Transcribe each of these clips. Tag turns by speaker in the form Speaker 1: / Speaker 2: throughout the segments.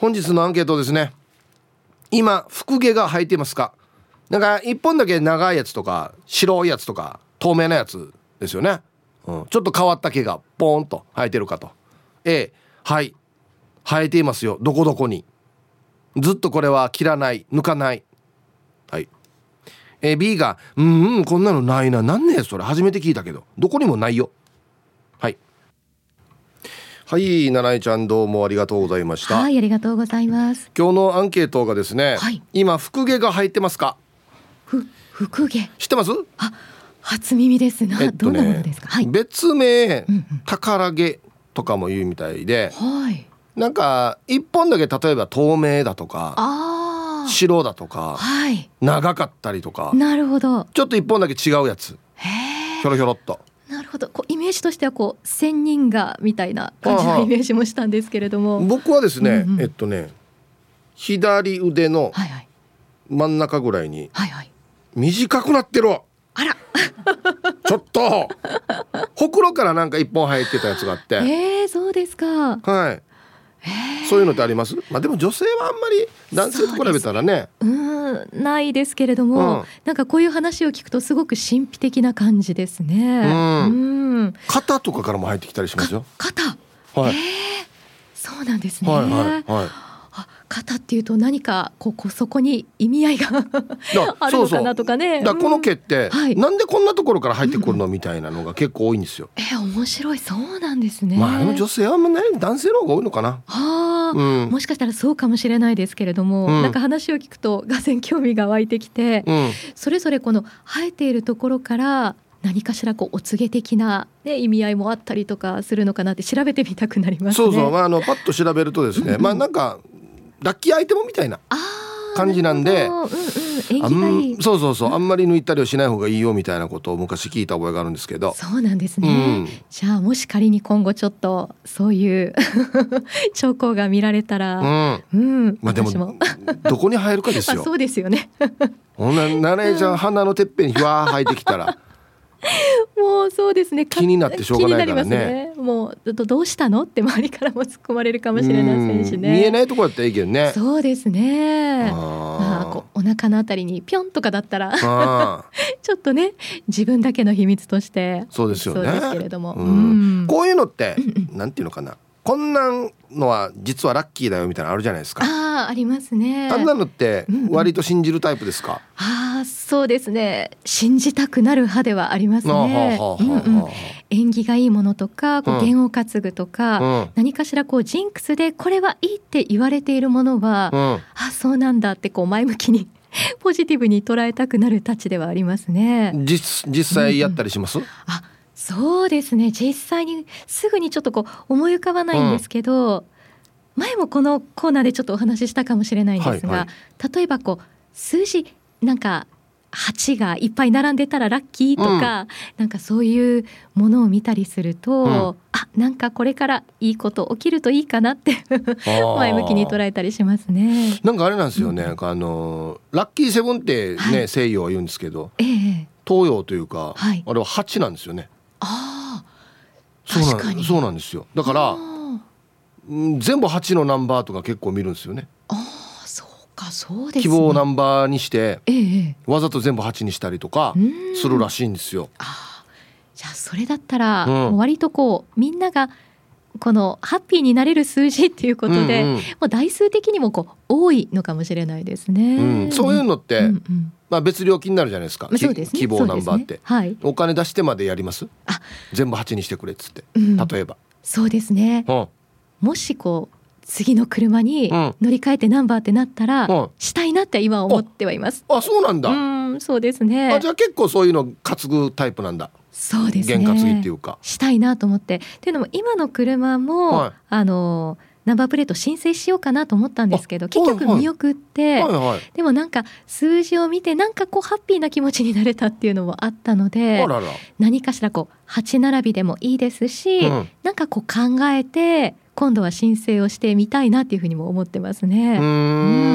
Speaker 1: 本日のアンケートですね。今福毛が生えていますか？なんか一本だけ長いやつとか白いやつとか透明なやつですよね、ちょっと変わった毛がポーンと生えてるかと。 A、 はい生えていますよ、どこどこに。ずっとこれは切らない、抜かない。はい。B がこんなのないな、なんねそれ初めて聞いたけどどこにもないよ。はいはい、ななえちゃんどうもありがとうございました。
Speaker 2: はい、ありがとうございます。
Speaker 1: 今日のアンケートがですね、
Speaker 2: はい、
Speaker 1: 今福毛が生えてますか？
Speaker 2: 福毛、
Speaker 1: 知ってます？
Speaker 2: 初耳ですが、どんなものですか？はい、
Speaker 1: 別名、宝毛とかも言うみたいで、
Speaker 2: はい、
Speaker 1: なんか一本だけ例えば透明だとか白だとか、
Speaker 2: はい、
Speaker 1: 長かったりとか、
Speaker 2: なるほど、
Speaker 1: ちょっと一本だけ違うやつ、ひょろひょろっと。
Speaker 2: なるほど。こうイメージとしてはこう仙人画みたいな感じのイメージもしたんですけれども、
Speaker 1: 僕はですね、左腕の真ん中ぐらいに短くなってる。
Speaker 2: あら
Speaker 1: ちょっとほくろからなんか一本生えてたやつがあって、
Speaker 2: そうですか。
Speaker 1: はい、そういうのってあります？でも女性はあんまり男性と比べたらね、
Speaker 2: ないですけれども、なんかこういう話を聞くとすごく神秘的な感じですね。
Speaker 1: 肩とかからも生えてきたりしますよ。
Speaker 2: 肩、そうなんですね。肩っていうと何かそこに意味合いがあるのかなとかね。
Speaker 1: この毛って、なんでこんなところから入ってくるのみたいなのが結構多いんですよ。
Speaker 2: 面白い。そうなんですね。
Speaker 1: でも女性はあんまない、男性の方が多いのかな。
Speaker 2: もしかしたらそうかもしれないですけれども、なんか話を聞くとがぜん興味が湧いてきて、それぞれこの生えているところから何かしらお告げ的な、意味合いもあったりとかするのかなって調べてみたくなりますね。
Speaker 1: パッと調べるとですね、なんかラッキーアイテムみたいな感じなんで、
Speaker 2: 縁起がいい。
Speaker 1: あんまり抜いたりはしない方がいいよみたいなことを昔聞いた覚えがあるんですけど。
Speaker 2: そうなんですね。じゃあもし仮に今後ちょっとそういう兆候が見られたら、でも
Speaker 1: どこに生えるかですよ。
Speaker 2: そうですよね。
Speaker 1: ななえちゃん鼻のてっぺんにひわー生えてきたら
Speaker 2: もうそうですね、
Speaker 1: 気になってしょうがないからね。
Speaker 2: もうどうしたのって周りからも突っ込まれるかもしれませんしね。
Speaker 1: 見えないところだったらいいけどね。
Speaker 2: そうですね。お腹のあたりにピョンとかだったらちょっとね、自分だけの秘密として
Speaker 1: そうですよね。
Speaker 2: そうですけれども、
Speaker 1: こういうのってなんていうのかな、こんなのは実はラッキーだよみたいなのあるじゃないですか。
Speaker 2: ありますね。
Speaker 1: あんなのって割と信じるタイプですか？
Speaker 2: そうですね、信じたくなる派ではありますね。縁起がいいものとか験を担ぐとか、何かしらジンクスでこれはいいって言われているものは、そうなんだって前向きにポジティブに捉えたくなるたちではありますね。
Speaker 1: 実際やったりします？
Speaker 2: そうですね、実際にすぐにちょっと思い浮かばないんですけど、前もこのコーナーでちょっとお話ししたかもしれないんですが、例えば数字なんか8がいっぱい並んでたらラッキーとか、なんかそういうものを見たりすると、なんかこれからいいこと起きるといいかなって前向きに捉えたりしますね。
Speaker 1: なんかあれなんですよね、ラッキーセブンってね、西洋は言うんですけど、東洋というか、あれは8なんですよね。
Speaker 2: 確かに
Speaker 1: そうなんですよ。だから全部8のナンバーとか結構見るんですよね。
Speaker 2: そうですね。
Speaker 1: 希望ナンバーにして、わざと全部8にしたりとかするらしいんですよ。
Speaker 2: じゃあそれだったら、割とみんながこのハッピーになれる数字っていうことで、もう台数的にも多いのかもしれないですね。
Speaker 1: そういうのって、別料金になるじゃないですか。希望ナンバーって、お金出してまでやります？全部8にしてくれっつって、例えば
Speaker 2: そうですね、もし次の車に乗り換えてナンバーってなったら、したいなって今思ってはいます。
Speaker 1: そうなんだ。
Speaker 2: そうですね。
Speaker 1: じゃあ結構そういうの担ぐタイプなんだ。
Speaker 2: そうですね、
Speaker 1: 験担ぎっていうか
Speaker 2: したいなと思って。っていうのも今の車も、ナンバープレート申請しようかなと思ったんですけど、結局見送って、でもなんか数字を見てなんかハッピーな気持ちになれたっていうのもあったので、何かしら8並びでもいいですし、なんか考えて今度は申請をしてみたいなっていうふうにも思ってますね。今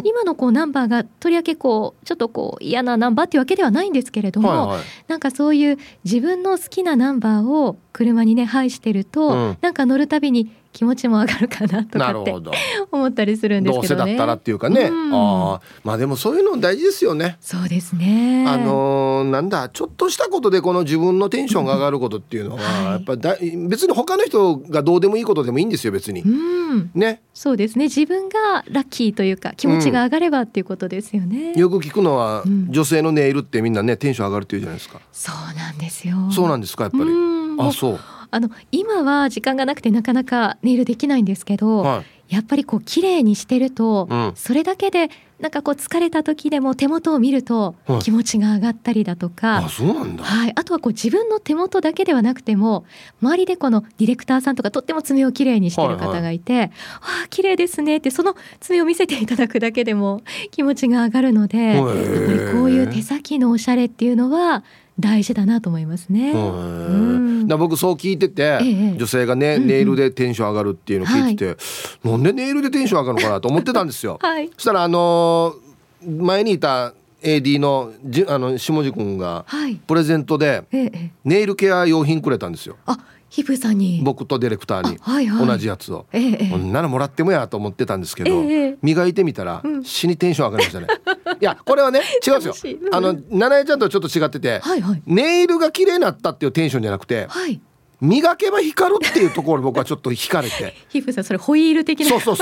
Speaker 2: 今のこうナンバーがとりわけこうちょっとこう嫌なナンバーっていうわけではないんですけれども、
Speaker 1: はいはい、
Speaker 2: なんかそういう自分の好きなナンバーを車にね配してると、なんか乗るたびに気持ちも上がるかなとかって思ったりするんですけどね。
Speaker 1: どうせだったらっていうかね、まあでもそういうの大事ですよね。
Speaker 2: そうですね。
Speaker 1: なんだちょっとしたことでこの自分のテンションが上がることっていうのは、やっぱ別に他の人がどうでもいいことでもいいんですよ別に、ね。そうですね、
Speaker 2: 自分がラッキーというか気持ちが上がればっていうことですよね。
Speaker 1: よく聞くのは、女性のネイルってみんなねテンション上がるっていうじゃないですか。
Speaker 2: そうなんですよ。
Speaker 1: そうなんですかやっぱり。あ、そう
Speaker 2: 今は時間がなくてなかなかネイルできないんですけど、やっぱりこう綺麗にしてると、それだけでなんかこう疲れた時でも手元を見ると気持ちが上がったりだとか、
Speaker 1: あ、そうなんだ。
Speaker 2: あとはこう自分の手元だけではなくても周りでこのディレクターさんとかとっても爪を綺麗にしている方がいて、綺麗ですねってその爪を見せていただくだけでも気持ちが上がるので、やっぱりこういう手先のおしゃれっていうのは大事だなと思いますね。
Speaker 1: 僕そう聞いてて、女性がね、ネイルでテンション上がるっていうのを聞いてて、なんでネイルでテンション上がるのかなと思ってたんですよ。そしたら前にいた AD の下地君がプレゼントでネイルケア用品くれたんですよ。
Speaker 2: ヒプさんに、
Speaker 1: 僕とディレクターに同じやつを、こんなのもらってもやと思ってたんですけど、磨いてみたら死にテンション上がりましたね。いやこれはね違うんですよ。七重ちゃんとはちょっと違ってて、ネイルが綺麗になったっていうテンションじゃなくて、磨けば光るっていうところに僕はちょっと惹かれて
Speaker 2: ヒプさんそれホイール的な、
Speaker 1: そう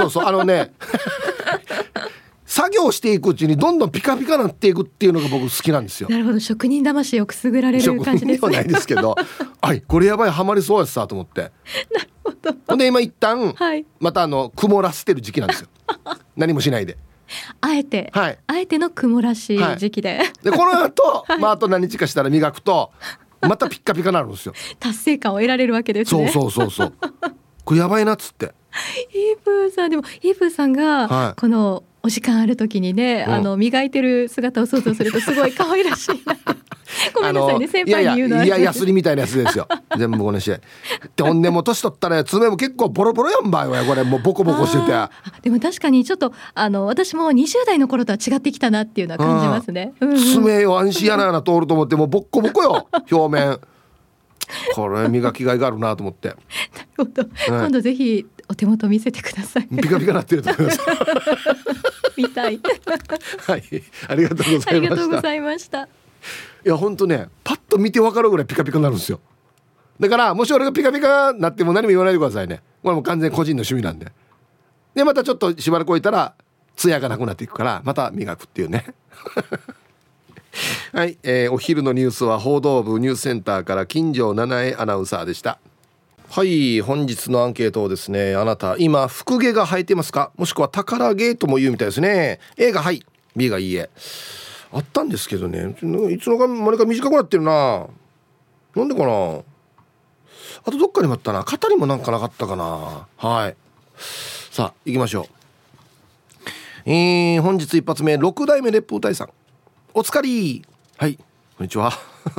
Speaker 1: 作業していくうちにどんどんピカピカなっていくっていうのが僕好きなんですよ。
Speaker 2: なるほど、職人魂をくすぐられる感じですね。
Speaker 1: 職人ではないですけどこれやばいハマりそうやつさと思って。
Speaker 2: なるほど。
Speaker 1: ほんで今一旦また曇らせてる時期なんですよ。何もしないで
Speaker 2: あえての曇らし時期で、
Speaker 1: でこの後、あと何日かしたら磨くとまたピッカピカになるんですよ。
Speaker 2: 達成感を得られるわけですね。
Speaker 1: そうこれやばいなっつって。
Speaker 2: ヒプさんでもヒプさんがこのお時間ある時にね、磨いてる姿を想像するとすごい可愛らしいな。ごめんなさいね、先輩に言うのは。
Speaker 1: ヤスリみたいなやつですよ。全部この試合ほんでも年取ったら爪も結構ボロボロやんばいわよこれ。もうボコボコしてて。
Speaker 2: でも確かにちょっと私も20代の頃とは違ってきたなっていうのは感じますね。
Speaker 1: 爪よ安心やな通ると思ってもうボッコボコよ表面。これ磨きがいがあるなと思って。なる
Speaker 2: ほど、今度ぜひお手元見せてください。
Speaker 1: ピカピカなってると思います
Speaker 2: 見たい。
Speaker 1: はい、ありがとうございました。
Speaker 2: ありがとうございました。
Speaker 1: いや本当ね、パッと見て分かるぐらいピカピカになるんですよ。だからもし俺がピカピカになっても何も言わないでくださいね。これも完全に個人の趣味なんで。でまたちょっとしばらく置いたらツヤがなくなっていくからまた磨くっていうね。はい、お昼のニュースは報道部ニュースセンターから金城七重アナウンサーでした。はい、本日のアンケートをですね、あなた今福毛が生えてますか、もしくは宝毛とも言うみたいですね。 A がはい、 B がいいえ。あったんですけどね、いつの間にか短くなってるな。なんでかな。あとどっかにもあったな、肩にもなんかなかったかな。はい、さあ行きましょう。本日一発目6代目烈風隊さん、おつかり。はい、こんにちは。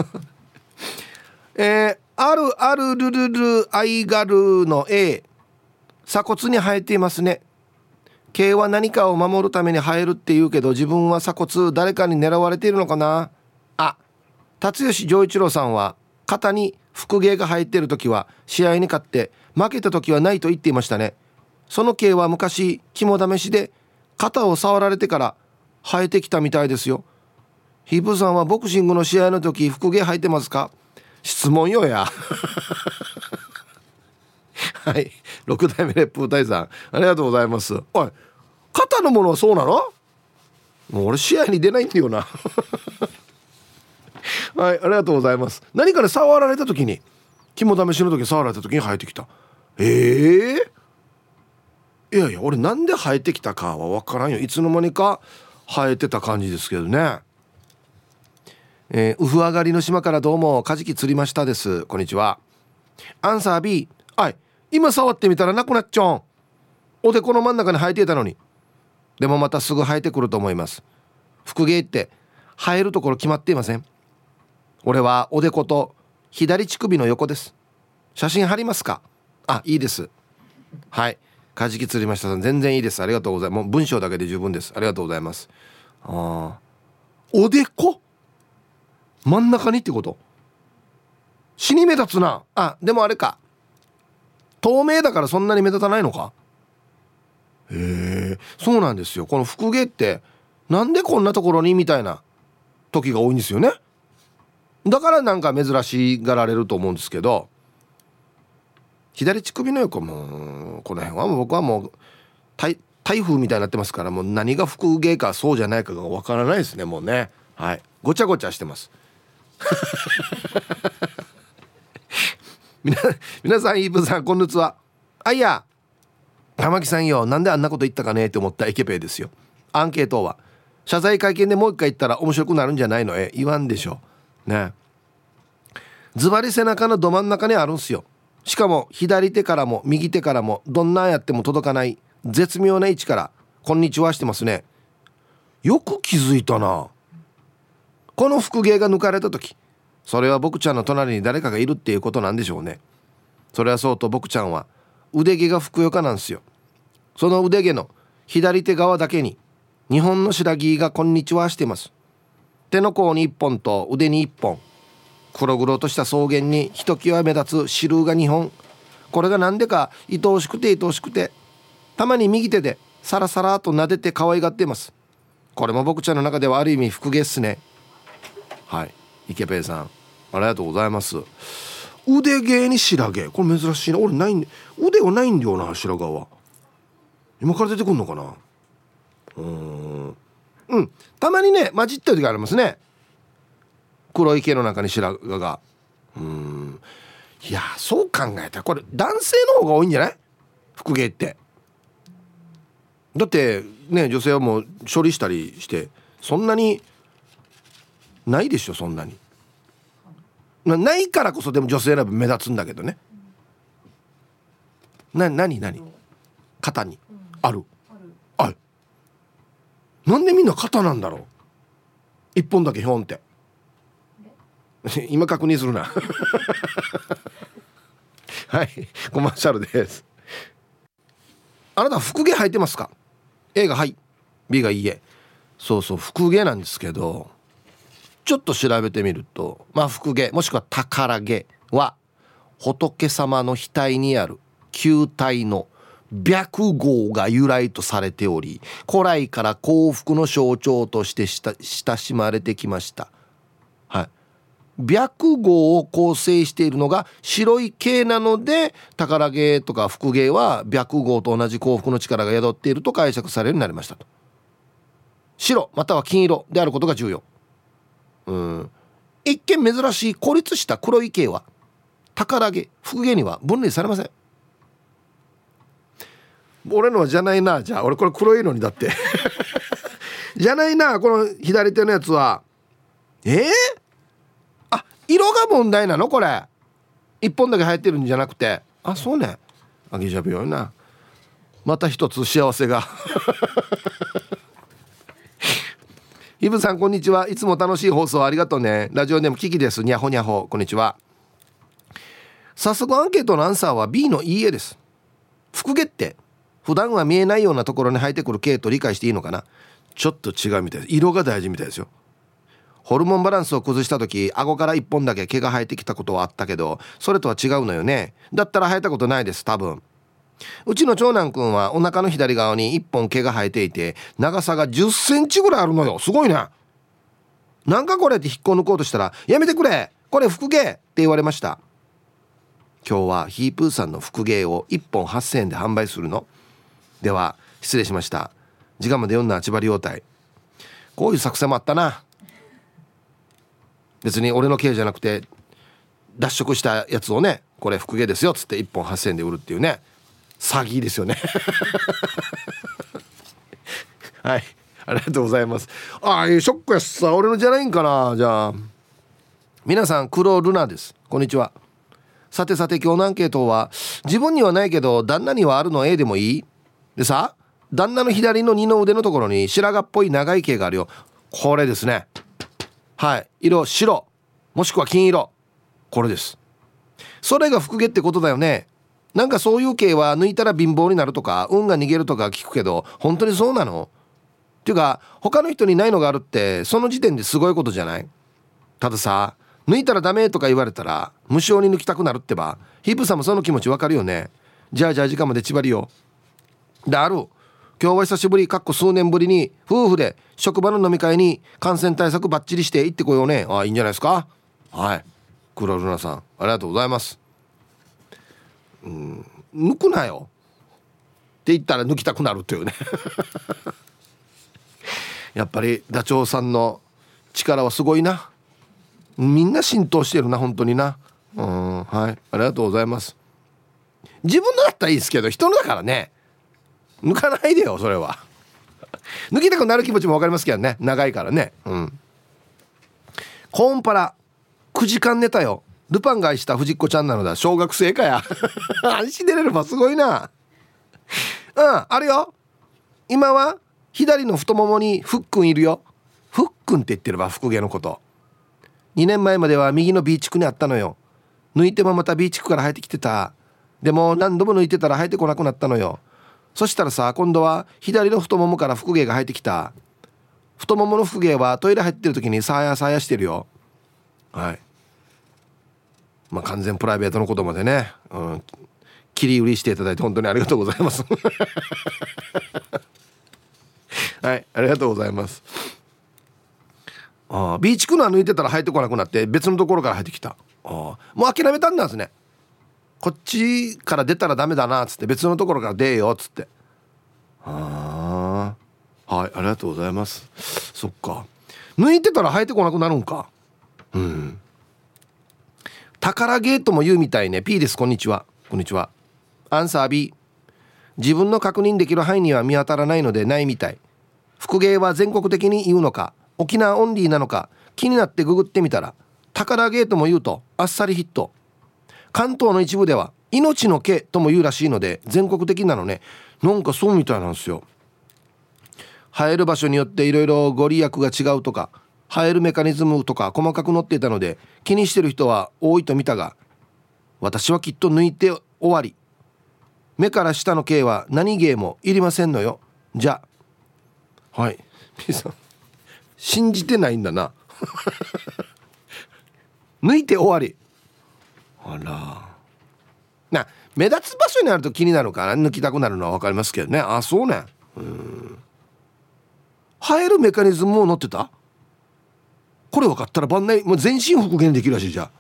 Speaker 1: あるあるるるるアイガルの A、 鎖骨に生えていますね。毛は何かを守るために生えるって言うけど、自分は鎖骨誰かに狙われているのかな。辰吉丈一郎さんは肩に福毛が生えている時は試合に勝って負けた時はないと言っていましたね。その毛は昔肝試しで肩を触られてから生えてきたみたいですよ。ヒープさんはボクシングの試合の時福毛生えてますか。質問よや。はい、6代目烈風隊さんありがとうございます。おい、肩のものはそうなの。もう俺試合に出ないんだよな。はい、ありがとうございます。何かね触られた時に、肝試しの時に触られた時に生えてきた。いやいや俺なんで生えてきたかは分からんよ。いつの間にか生えてた感じですけどね。ウフ上がりの島からどうもカジキ釣りましたです。こんにちは。アンサー B、 今触ってみたらなくなっちゃうん。おでこの真ん中に生えていたのに。でもまたすぐ生えてくると思います。福毛って生えるところ決まっていません。俺はおでこと左乳首の横です。写真貼りますか。いいです。はい、 カジキ釣りましたさん、全然いいです、ありがとうございます。もう文章だけで十分です、ありがとうございます。あ、おでこ真ん中にってこと、死に目立つな。あ、でもあれか、透明だからそんなに目立たないのか。へえ、そうなんですよ。この福毛ってなんでこんなところにみたいな時が多いんですよね。だからなんか珍しがられると思うんですけど、左乳首の横もこの辺はもう僕はもう台風みたいになってますから、もう何が福毛かそうじゃないかがわからないですね、もうね。はい、ごちゃごちゃしてます皆さん、イーブさん、こんにちは。あいや、玉木さんよ、なんであんなこと言ったかねって思ったエケペイですよ。アンケートは謝罪会見でもう一回言ったら面白くなるんじゃないの。言わんでしょね。ズバリ背中のど真ん中にあるんすよ。しかも左手からも右手からもどんなやっても届かない絶妙な位置からこんにちはしてますね。よく気づいたな。この福毛が抜かれた時、それは僕ちゃんの隣に誰かがいるっていうことなんでしょうね。それはそうと僕ちゃんは腕毛がふくよかなんですよ。その腕毛の左手側だけに日本の白木がこんにちはしてます。手の甲に1本と腕に1本、黒々とした草原にひときわ目立つ汁が2本。これがなんでか愛おしくて愛おしくて、たまに右手でサラサラと撫でて可愛がっています。これも僕ちゃんの中ではある意味福毛っすね。はい、池ペイさん、ありがとうございます。腕毛に白毛、これ珍しいな。俺ないんで、腕はないんだよな、白髪は。今から出てくんのかな。うん、たまにね混じってる時ありますね、黒い毛の中に白髪が。いや、そう考えたらこれ男性の方が多いんじゃない、福毛って。だってね、女性はもう処理したりしてそんなにないでしょ。そんなにないからこそ、でも女性なら目立つんだけどね。何肩にある。あ、なんでみんな肩なんだろう。一本だけヒョンって今確認するなはい、コマーシャルです。あなた福毛生えてますか。 A がはい、 B がいいえ。そうそう、福毛なんですけど、ちょっと調べてみると、福毛もしくは宝毛は仏様の額にある球体の白毫が由来とされており、古来から幸福の象徴として親しまれてきました。はい、白毫を構成しているのが白い毛なので、宝毛とか福毛は白毫と同じ幸福の力が宿っていると解釈されるようになりましたと。白または金色であることが重要。一見珍しい孤立した黒い毛は宝毛、福毛には分類されません。俺のはじゃないな。じゃあ俺これ黒いのにだってじゃないな。この左手のやつはあ、色が問題なのこれ。一本だけ生えてるんじゃなくて。あ、そうね。あげちゃうよな。また一つ幸せがイブさん、こんにちは。いつも楽しい放送ありがとうね。ラジオネームキキです。にゃほにゃほ、こんにちは。早速アンケートのアンサーは B のいいえです。福毛って普段は見えないようなところに生えてくる毛と理解していいのかな。ちょっと違うみたいです。色が大事みたいですよ。ホルモンバランスを崩した時、顎から一本だけ毛が生えてきたことはあったけど、それとは違うのよね。だったら生えたことないです、多分。うちの長男くんはお腹の左側に一本毛が生えていて、長さが10センチぐらいあるのよ。すごいね。なんかこれって引っこ抜こうとしたら、やめてくれ、これ福毛って言われました。今日はヒープーさんの福毛を1本8000円で販売するのでは。失礼しました。時間まで読んだ千葉良態。こういう作戦もあったな。別に俺の毛じゃなくて脱色したやつをね、これ福毛ですよっつって1本8000円で売るっていうね、詐欺ですよねはい、ありがとうございます。ああ、ショックやっさ。俺のじゃないんかな。じゃあ皆さん、黒ルナです。こんにちは。さてさて、今日のアンケートは自分にはないけど旦那にはあるの A でもいいでさ、旦那の左の二の腕のところに白髪っぽい長い毛があるよ。これですね。はい、色白もしくは金色、これです。それが福毛ってことだよね。 なんかそういう系は抜いたら貧乏になるとか運が逃げるとか聞くけど、本当にそうなの？っていうか他の人にないのがあるってその時点ですごいことじゃない？たださ、抜いたらダメとか言われたら無性に抜きたくなるってば、ヒープさんもその気持ちわかるよね。じゃあ時間まで縛りよ。である今日は久しぶりかっこ数年ぶりに夫婦で職場の飲み会に感染対策バッチリして行ってこようね。ああ、いいんじゃないですか。はい、クロルナさんありがとうございます。抜くなよって言ったら抜きたくなるっていうねやっぱりダチョウさんの力はすごいな。みんな浸透してるな本当にな。はい、ありがとうございます。自分のだったらいいですけど人のだからね、抜かないでよそれは抜きたくなる気持ちも分かりますけどね、長いからね。コーンパラ9時間寝たよ。ルパンが愛した藤子ちゃんなのだ。小学生かや安心出れればすごいな。あるよ。今は左の太ももにフックンいるよ。フックンって言ってれば福毛のこと。2年前までは右の B 地区にあったのよ。抜いてもまた B 地区から生えてきてた。でも何度も抜いてたら生えてこなくなったのよ。そしたらさ、今度は左の太ももから福毛が生えてきた。太ももの福毛はトイレ入ってる時にサーヤサーヤしてるよ。はい、まあ完全プライベートのことまでね、切り売りしていただいて本当にありがとうございますはい、ありがとうございます。ビーチクの抜いてたら生えてこなくなって別のところから生えてきた。もう諦めたんですね。こっちから出たらダメだなっつって別のところから出よっつって。はい、ありがとうございます。そっか、抜いてたら生えてこなくなるんか。宝ゲートも言うみたいね。 P です。こんにちは。こんにちは。アンサー B。 自分の確認できる範囲には見当たらないのでないみたい。福芸は全国的に言うのか沖縄オンリーなのか気になってググってみたら、宝ゲートも言うとあっさりヒット。関東の一部では命の毛とも言うらしいので全国的なのね。なんかそうみたいなんですよ。生える場所によっていろいろご利益が違うとか生えるメカニズムとか細かく載っていたので気にしてる人は多いと見たが、私はきっと抜いて終わり。目から下の毛は何芸もいりませんのよ。じゃあはい、P さん信じてないんだな抜いて終わり。あら目立つ場所にあると気になるから抜きたくなるのは分かりますけどね。あ、そうね。生えるメカニズムも載ってた。これ分かったら晩年もう全身復元できるらしい。じゃ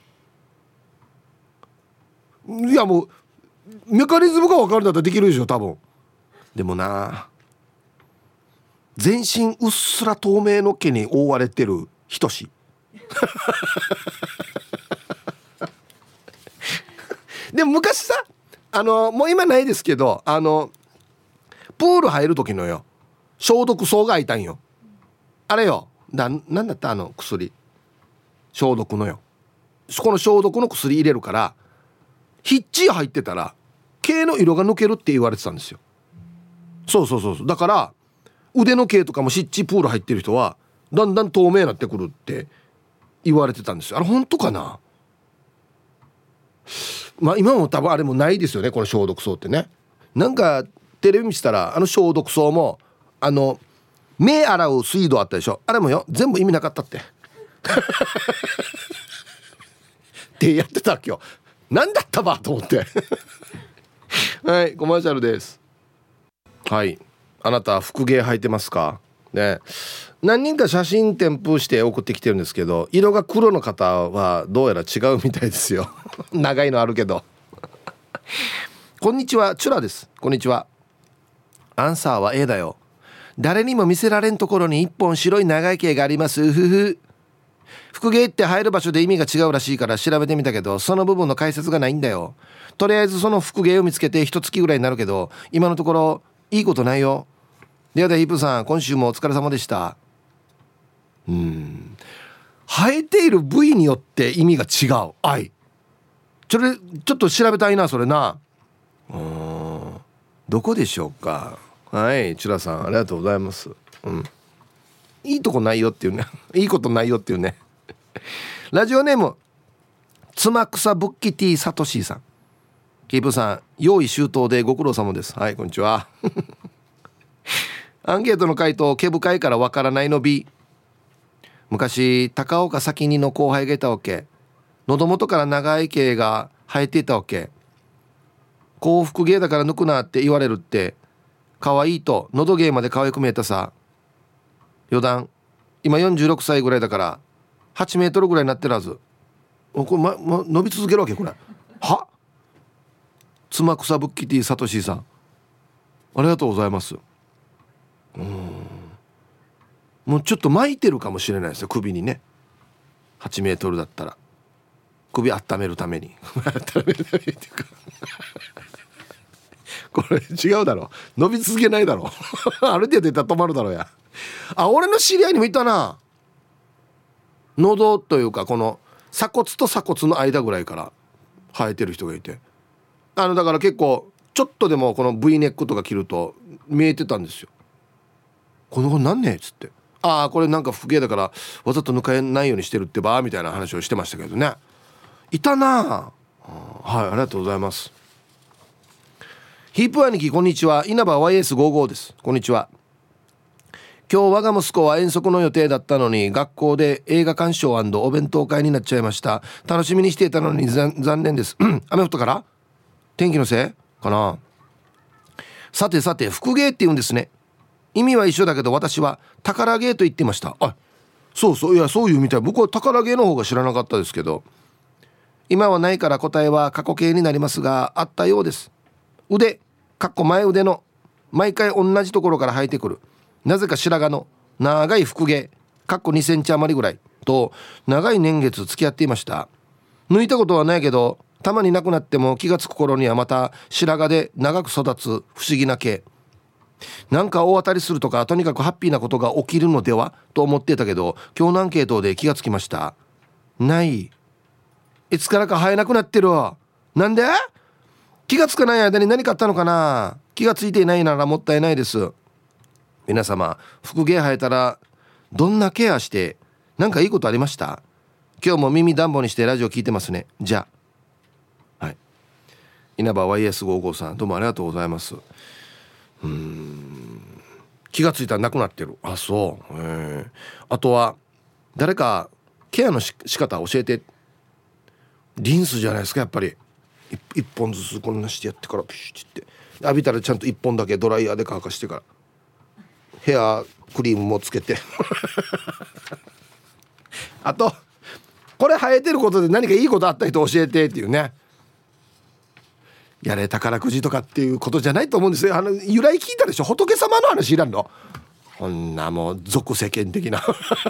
Speaker 1: あいやもうメカニズムが分かるんだったらできるでしょ多分。でもな、全身うっすら透明の毛に覆われてる人しでも昔さ、もう今ないですけどプール入る時のよ消毒草がいたんよ。あれよなんだった薬、消毒のよ。この消毒の薬入れるからヒッチ入ってたら毛の色が抜けるって言われてたんですよ。そうだから腕の毛とかも湿地プール入ってる人はだんだん透明になってくるって言われてたんですよ。あれ本当かな。まあ今も多分あれもないですよねこの消毒草ってね。なんかテレビ見せたら消毒草も目洗う水道あったでしょ。あれもよ全部意味なかったってってやってた今日何だったばと思ってはいコマーシャルです。はい、あなた福毛履いてますかね。何人か写真添付して送ってきてるんですけど色が黒の方はどうやら違うみたいですよ長いのあるけどこんにちはチュラです。こんにちは。アンサーは A だよ。誰にも見せられんところに一本白い長い毛があります。福毛って生える場所で意味が違うらしいから調べてみたけどその部分の解説がないんだよ。とりあえずその福毛を見つけて一月ぐらいになるけど今のところいいことないよ。ではでヒップさん今週もお疲れ様でした。生えている部位によって意味が違う。ちょっと調べたいなそれな。どこでしょうか。はいチュラさんありがとうございます。いいとこないよっていうねいいことないよっていうねラジオネームつまくさぶっきティーさとしーさん。 キープさん用意周到でご苦労様です。はいこんにちはアンケートの回答毛深いからわからないの B。 昔高岡先にの後輩がいたわけ。喉元から長い毛が生えていたわけ。幸福芸だから抜くなって言われるって可愛いと喉芸まで可愛く見えたさ。余談今46歳ぐらいだから8メートルぐらいになってるはず。これ、伸び続けるわけこれ。はつまくさぶっきティサトシーさんありがとうございます。もうちょっと巻いてるかもしれないですよ首にね。8メートルだったら首温めるために温めるためにっていうかこれ違うだろ伸び続けないだろある程度いったら止まるだろうや。あ俺の知り合いにもいたな。喉というかこの鎖骨と鎖骨の間ぐらいから生えてる人がいてだから結構ちょっとでもこの V ネックとか着ると見えてたんですよ。この子なんねえっつってこれなんか不芸だからわざと抜かないようにしてるってばみたいな話をしてましたけどね。いたなはいありがとうございます。ヒープ兄貴こんにちは稲葉 YS55 です。こんにちは。今日我が息子は遠足の予定だったのに学校で映画鑑賞&お弁当会になっちゃいました。楽しみにしていたのに残念です雨降ったから天気のせいかな。さて福芸って言うんですね。意味は一緒だけど私は宝芸と言ってました。そういやそういうみたい。僕は宝芸の方が知らなかったですけど今はないから答えは過去形になりますがあったようです。腕前腕の毎回同じところから生えてくるなぜか白髪の長い福毛2センチ余りぐらいと長い年月付き合っていました。抜いたことはないけどたまになくなっても気がつく頃にはまた白髪で長く育つ不思議な毛。なんか大当たりするとかとにかくハッピーなことが起きるのではと思ってたけど今日のアンケートで気がつきました。ないいつからか生えなくなってるわ。なんで気がつかない間に何かあったのかな。気がついていないならもったいないです。皆様福毛生えたらどんなケアしてなんかいいことありました？今日も耳暖房にしてラジオ聞いてますね。じゃあはい稲葉 YS55 さんどうもありがとうございます。気がついたらなくなってる。そう、あとは誰かケアの仕方教えて。リンスじゃないですかやっぱり。一本ずつこんなしてやってからピシッって浴びたらちゃんと一本だけドライヤーで乾かしてからヘアクリームもつけてあとこれ生えてることで何かいいことあった人教えてっていうね。やれ宝くじとかっていうことじゃないと思うんですよ。由来聞いたでしょ。仏様の話いらんの。こんなもう俗世間的な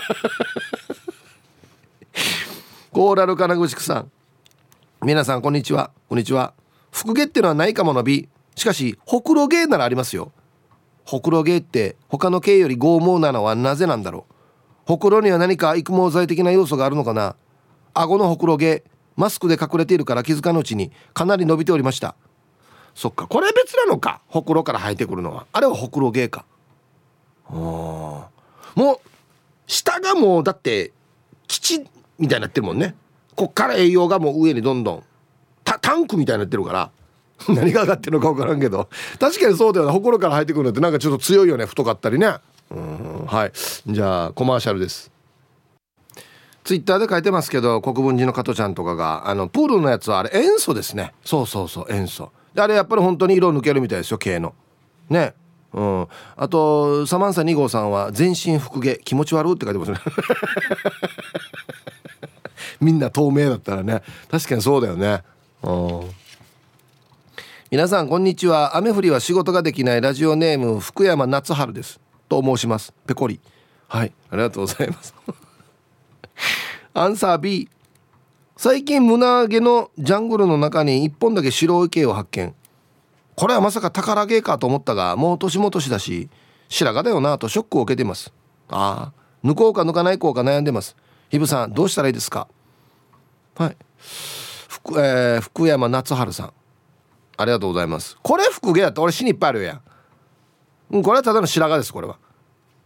Speaker 1: コーラル金口さん皆さんこんにちは。こんにちは。福毛ってのはないかもの B。 しかしほくろ毛ならありますよ。ほくろ毛って他の毛より剛毛なのはなぜなんだろう。ほくろには何か育毛剤的な要素があるのかな。顎のほくろ毛マスクで隠れているから気づかぬうちにかなり伸びておりました。そっかこれ別なのか。ほくろから生えてくるのはあれはほくろ毛か。もう下がもうだって基地みたいになってるもんね。こっから栄養がもう上にどんどんタンクみたいになってるから何が上がってるのか分からんけど確かにそうだよね。ほくろから生えてくるのってなんかちょっと強いよね。太かったりね。はいじゃあコマーシャルです。ツイッターで書いてますけど国分寺の加トちゃんとかがプールのやつはあれ塩素ですね。そう塩素であれやっぱり本当に色抜けるみたいですよ毛のね。あとサマンサ2号さんは全身福毛気持ち悪って書いてますねみんな透明だったらね確かにそうだよね。皆さんこんにちは。雨降りは仕事ができないラジオネーム福山夏春ですと申します。ペコリはいありがとうございますアンサー B。 最近胸毛のジャングルの中に一本だけ白い毛を発見。これはまさか宝毛かと思ったがもう年も年だし白髪だよなとショックを受けています。抜こうか抜かないこうか悩んでます。ひぶさんどうしたらいいですか。はい、福山夏春さんありがとうございます。これ福毛やったら俺死にいっぱいあるやん。これはただの白髪です。これは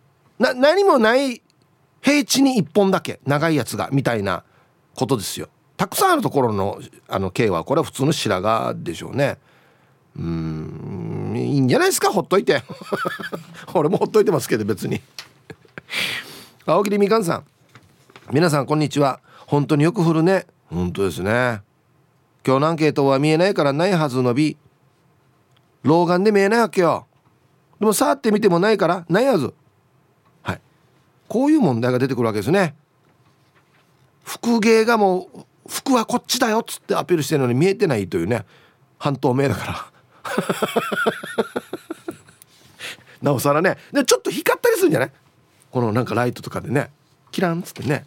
Speaker 1: 何もない平地に一本だけ長いやつがみたいなことですよ。 たくさんあるところのKはこれは普通の白髪でしょうね。いいんじゃないですか、ほっといて俺もほっといてますけど別に青桐みかんさん、皆さんこんにちは。本当によく降るね。本当ですね。今日のアンケートは見えないからないはずの B。 老眼で見えないわけよ。でも触ってみてもないからないはず。はい、こういう問題が出てくるわけですね。服芸がもう服はこっちだよっつってアピールしてるのに見えてないというね、半透明だからなおさらね。でちょっと光ったりするんじゃない、このなんかライトとかでね、キランっつってね、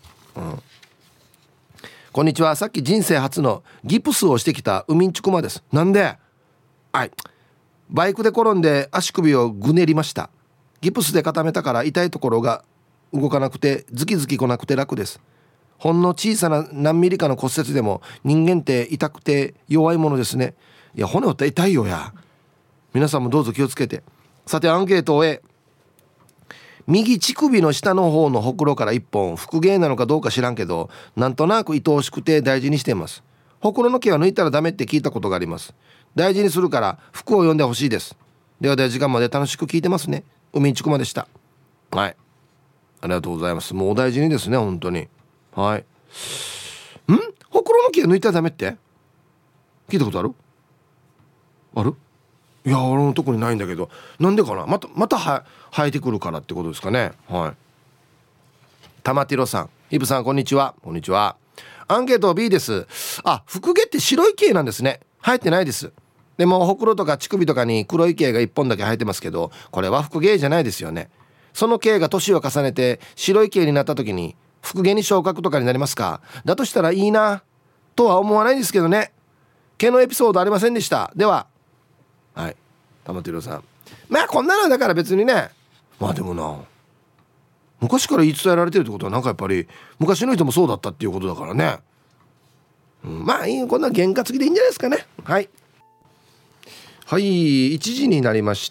Speaker 1: こんにちは。さっき人生初のギプスをしてきたウミンチュクマです。なんで、はい、バイクで転んで足首をぐねりました。ギプスで固めたから痛いところが動かなくてズキズキ来なくて楽です。ほんの小さな何ミリかの骨折でも人間って痛くて弱いものですね。いや骨折ったら痛いよや。皆さんもどうぞ気をつけて。さてアンケートを終え、右乳首の下の方のほくろから1本復芸なのかどうか知らんけど、なんとなく愛おしくて大事にしています。ほくろの毛は抜いたらダメって聞いたことがあります。大事にするから服を読んでほしいです。ではでは時間まで楽しく聞いてますね。海んちくまでした。はい、ありがとうございます。もうお大事にですね、本当に。はい。ほくろの毛は抜いたらダメって聞いたことある？ある？いや俺のとこにないんだけど、なんでかな。また生えてくるからってことですかね。はい。玉ティロさん、イブさんこんにちは。こんにちは。アンケート B です。あ、復毛って白い毛なんですね。生えてないです。でもほくろとか乳首とかに黒い毛が1本だけ生えてますけど、これは復毛じゃないですよね。その毛が年を重ねて白い毛になった時に復毛に昇格とかになりますか？だとしたらいいなとは思わないんですけどね。毛のエピソードありませんでした。では。はい、玉ティロさん、まあこんなのだから別にね。まあでもな、昔から言い伝えられてるってことはなんかやっぱり昔の人もそうだったっていうことだからね。まあいい、こんな験担ぎでいいんじゃないですかね。はいはい、1時になりました。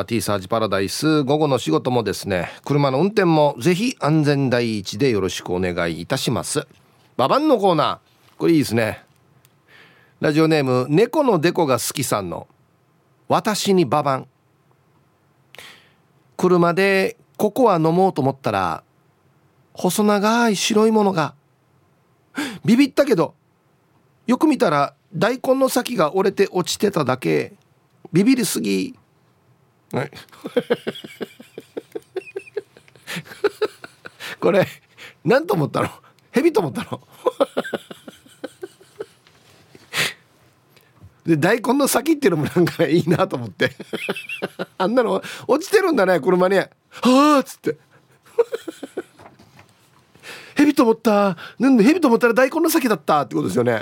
Speaker 1: T サージパラダイス、午後の仕事もですね、車の運転もぜひ安全第一でよろしくお願いいたします。ババンのコーナー、これいいですね。ラジオネーム猫のデコが好きさんの私にババン。車でココア飲もうと思ったら細長い白いものが、ビビったけどよく見たら大根の先が折れて落ちてただけ。ビビりすぎ、はい、これ何と思ったの？蛇と思ったので大根の先っていうのもなんかいいなと思ってあんなの落ちてるんだね車に。はあっつって蛇と思った。なんで蛇と思ったら大根の先だったってことですよね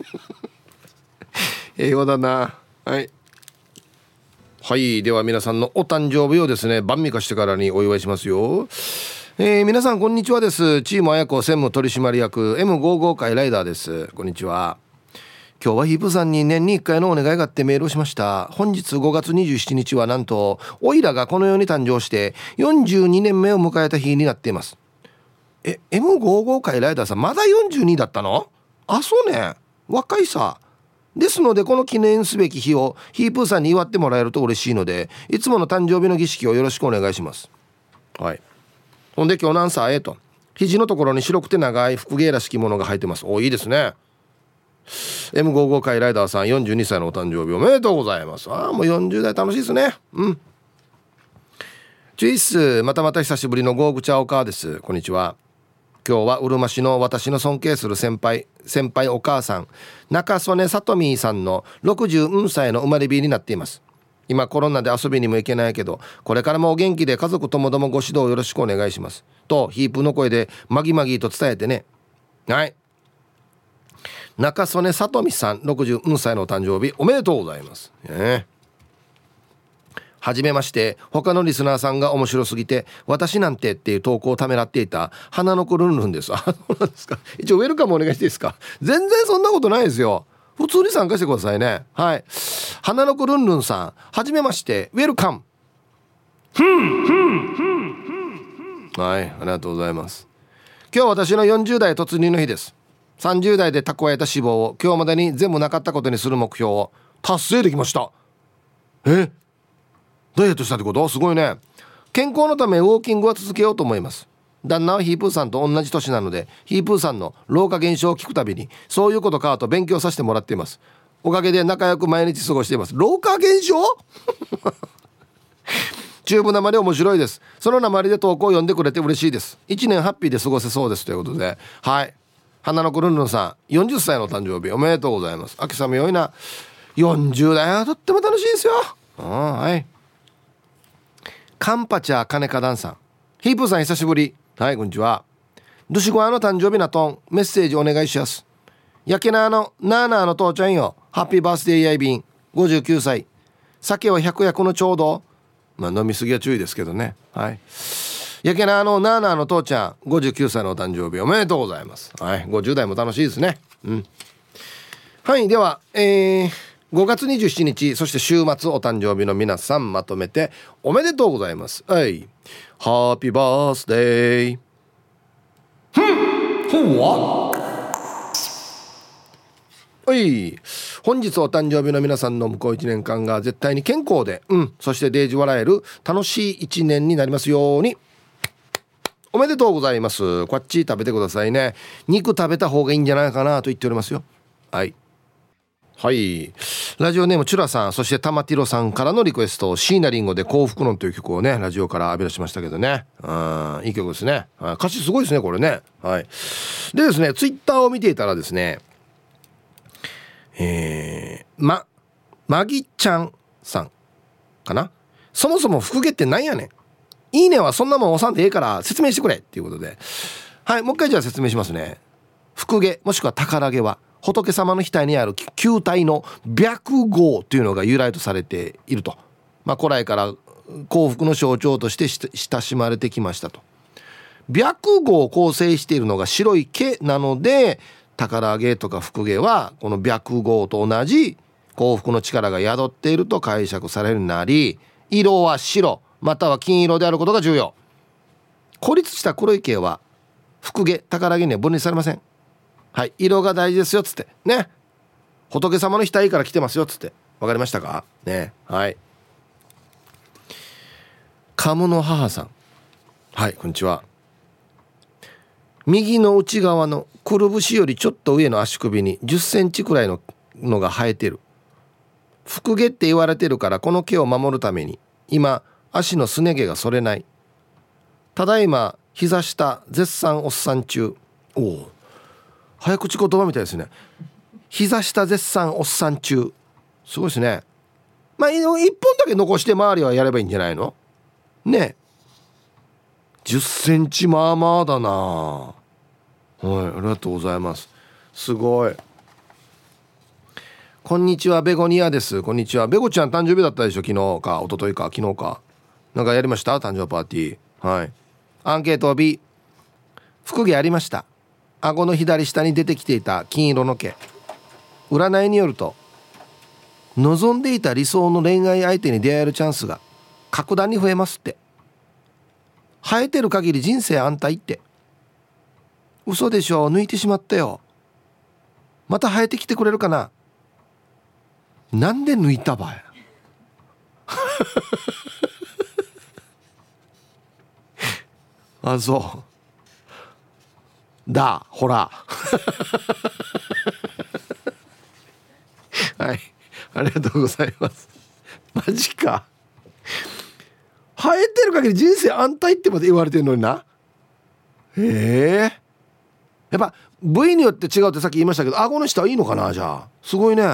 Speaker 1: 英語だな。はいはい、では皆さんのお誕生日をですね、晩御飯してからにお祝いしますよ。皆さんこんにちはです。チームあやこ専務取締役 M55 回ライダーです。こんにちは。今日はヒープさんに年に1回のお願いがあってメールをしました。本日5月27日はなんとオイラがこの世に誕生して42年目を迎えた日になっています。M55 回ライダーさんまだ42だったの？あ、そうね、若いさ。ですのでこの記念すべき日をヒープーさんに祝ってもらえると嬉しいので、いつもの誕生日の儀式をよろしくお願いします。はい。ほんで今日何歳と、肘のところに白くて長い復芸らしきものが入ってます。お、いいですね。 M55 回ライダーさん42歳のお誕生日おめでとうございます。もう40代楽しいですね。チュイッス、またまた久しぶりのゴーグチャオカーです。こんにちは。今日はうるま市の私の尊敬する先輩お母さん中曽根さとみさんの60歳の生まれ日になっています。今コロナで遊びにも行けないけど、これからもお元気で家族ともどもご指導よろしくお願いしますとヒープの声でマギマギと伝えてね。はい、中曽根さとみさん60歳のお誕生日おめでとうございます、はじめまして。他のリスナーさんが面白すぎて私なんてっていう投稿をためらっていた花の子ルンルンです。あ、そうなんですか。一応ウェルカムお願いしていいですか？全然そんなことないですよ。普通に参加してくださいね。はい、花の子ルンルンさん、はじめまして、ウェルカム。はい、ありがとうございます。今日は私の40代突入の日です。 30代で蓄えた脂肪を今日までに全部なかったことにする目標を達成できました。ダイエットしたってこと？すごいね。健康のためウォーキングは続けようと思います。旦那はヒープーさんと同じ年なので、ヒープーさんの老化現象を聞くたびにそういうことかと勉強させてもらっています。おかげで仲良く毎日過ごしています。老化現象チューブなまり面白いです。そのなまりで投稿を読んでくれて嬉しいです。1年ハッピーで過ごせそうですということで、はい、花の子ルンルンさん40歳の誕生日おめでとうございます。秋雨よいな。40代はとっても楽しいですよ。はい。カンパチャー金花壇さん、ヒープーさん久しぶり。はい、こんにちは。ドシゴアの誕生日なとんメッセージお願いします。やけなのナーナーの父ちゃんよ、ハッピーバースデーやいびん59歳。酒は100役のちょうど、飲みすぎは注意ですけどね。はい。やけなのナーナーの父ちゃん59歳のお誕生日おめでとうございます。はい、50代も楽しいですね。はい、では5月27日そして週末お誕生日の皆さんまとめておめでとうございます。はい、ハッピーバースデー。はい、本日お誕生日の皆さんの向こう1年間が絶対に健康で、そしてデージ笑える楽しい1年になりますように。おめでとうございます。こっち食べてくださいね。肉食べた方がいいんじゃないかなと言っておりますよ。はい。はい。ラジオネームチュラさん、そして玉ティロさんからのリクエスト、椎名林檎で幸福論という曲をね、ラジオから浴び出しましたけどね。いい曲ですね。歌詞すごいですね、これね。はい。でですね、ツイッターを見ていたらですね、マギちゃんさんかな。そもそも福毛ってなんやねん。いいねはそんなもん押さんでええから説明してくれっていうことで、はい、もう一回じゃあ説明しますね。福毛もしくは宝毛は仏様の額にある球体の白毫というのが由来とされていると、古来から幸福の象徴として親しまれてきましたと。白毫を構成しているのが白い毛なので、宝毛とか福毛はこの白毫と同じ幸福の力が宿っていると解釈されるようになり、色は白または金色であることが重要。孤立した黒い毛は福毛宝毛には分離されません。はい、色が大事ですよっつってね。仏様の額から来てますよっつって、わかりましたかね。はい。カムの母さん、はい、こんにちは。右の内側のくるぶしよりちょっと上の足首に10センチくらいのが生えてる。福毛って言われてるから、この毛を守るために今足のすね毛が剃れない。ただいま膝下絶賛おっさん中。おお、早口言葉みたいですね。膝下絶賛おっさん中、すごいですね。一本だけ残して周りはやればいいんじゃないのね。10センチまあまあだな。はい、ありがとうございます。すごい。こんにちは、ベゴニアです。こんにちは。ベゴちゃん誕生日だったでしょ。昨日か一昨日か昨日かなんかやりました？誕生日パーティー。はい。アンケート B、 福毛ありました。顎の左下に出てきていた金色の毛、占いによると望んでいた理想の恋愛相手に出会えるチャンスが格段に増えますって。生えてる限り人生安泰って。嘘でしょ。抜いてしまったよ。また生えてきてくれるかな。なんで抜いたばやあ、そうだ、ほらはい、ありがとうございます。マジか。生えてる限り人生安泰ってまで言われてるのにな。やっぱ部位によって違うってさっき言いましたけど、顎の下はいいのかな。じゃあすごいね。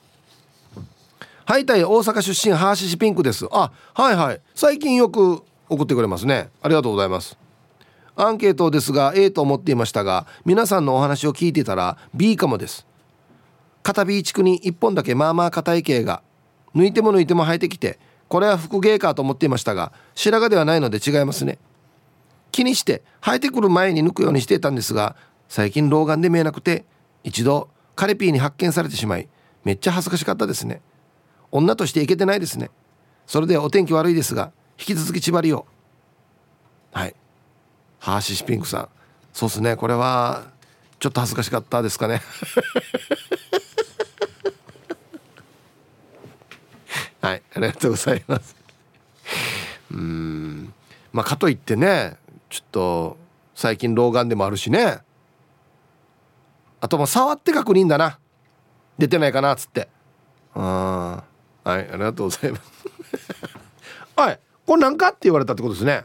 Speaker 1: はいたい、大阪出身ハーシシピンクです。あ、はいはい、最近よく送ってくれますね。ありがとうございます。アンケートですが A と思っていましたが、皆さんのお話を聞いていたら B かもです。片 B 地区に1本だけまあまあ硬い毛が抜いても抜いても生えてきて、これは福毛かと思っていましたが、白髪ではないので違いますね。気にして生えてくる前に抜くようにしていたんですが、最近老眼で見えなくて一度カレピーに発見されてしまい、めっちゃ恥ずかしかったですね。女としていけてないですね。それでお天気悪いですが引き続き縛りを。はい、ハーシシピンクさん、そうですね、これはちょっと恥ずかしかったですかねはい、ありがとうございます。まあかといってね、ちょっと最近老眼でもあるしね。あともう触って確認だな、出てないかなっつって。はい、ありがとうございますはいこれなんかって言われたってことですね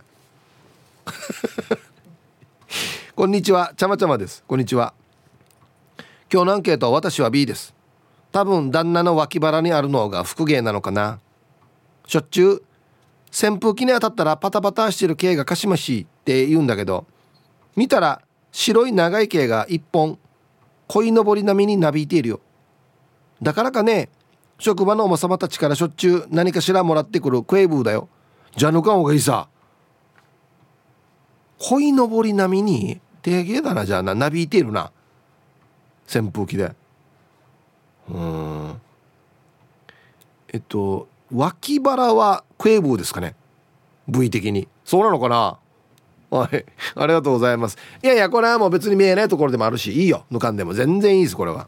Speaker 1: こんにちは、ちゃまちゃまです。こんにちは。今日のアンケート、私は B です。多分旦那の脇腹にあるのが腹芸なのかな。しょっちゅう扇風機に当たったらパタパタしてる毛がかしましいって言うんだけど、見たら白い長い毛が一本鯉のぼり並みになびいているよ。だからかね、職場のおばさまたちからしょっちゅう何かしらもらってくるクエブーだよ。じゃ抜かんほうがいいさ。鯉のぼり並みに定芸だな。じゃあなびいているな、扇風機で。脇腹はクエブーですかね、部位的に。そうなのかな。はい、ありがとうございます。いやいや、これはもう別に見えないところでもあるし、いいよ、抜かんでも全然いいです。これは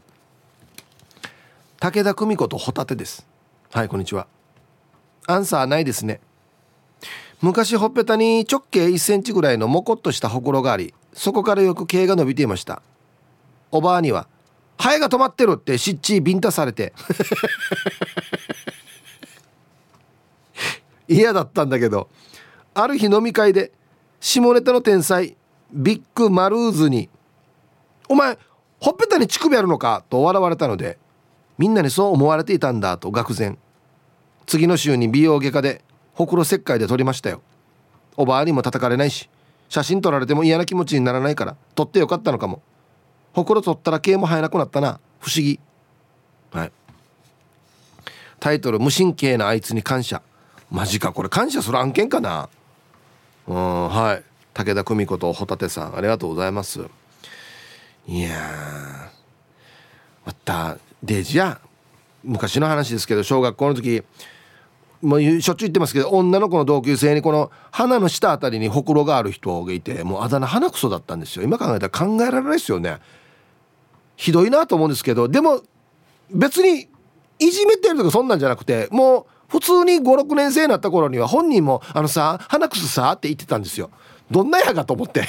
Speaker 1: 武田久美子とホタテです。はい、こんにちは。アンサーないですね。昔ほっぺたに直径1センチぐらいのモコっとしたほくろがあり、そこからよく毛が伸びていました。おばあにはハエが止まってるってしっちりビンタされて嫌だったんだけど、ある日飲み会で下ネタの天才ビッグマルーズにお前ほっぺたに乳首あるのかと笑われたので、みんなにそう思われていたんだと愕然。次の週に美容外科でほくろ切開で取りましたよ。おばあにも叩かれないし、写真撮られても嫌な気持ちにならないから撮ってよかったのかも。ほくろ取ったら毛も生えなくなったな、不思議。はい、タイトル、無神経なあいつに感謝。マジか、これ感謝する案件かな。はい、武田久美子とホタテさん、ありがとうございます。いやー、またデイジや昔の話ですけど、小学校の時もうしょっちゅう言ってますけど、女の子の同級生にこの鼻の下あたりにほくろがある人がいて、もうあだ名鼻くそだったんですよ。今考えたら考えられないですよね。ひどいなと思うんですけど、でも別にいじめてるとかそんなんじゃなくて、もう普通に5、6年生になった頃には本人もさ、鼻くそさって言ってたんですよ。どんなやかと思って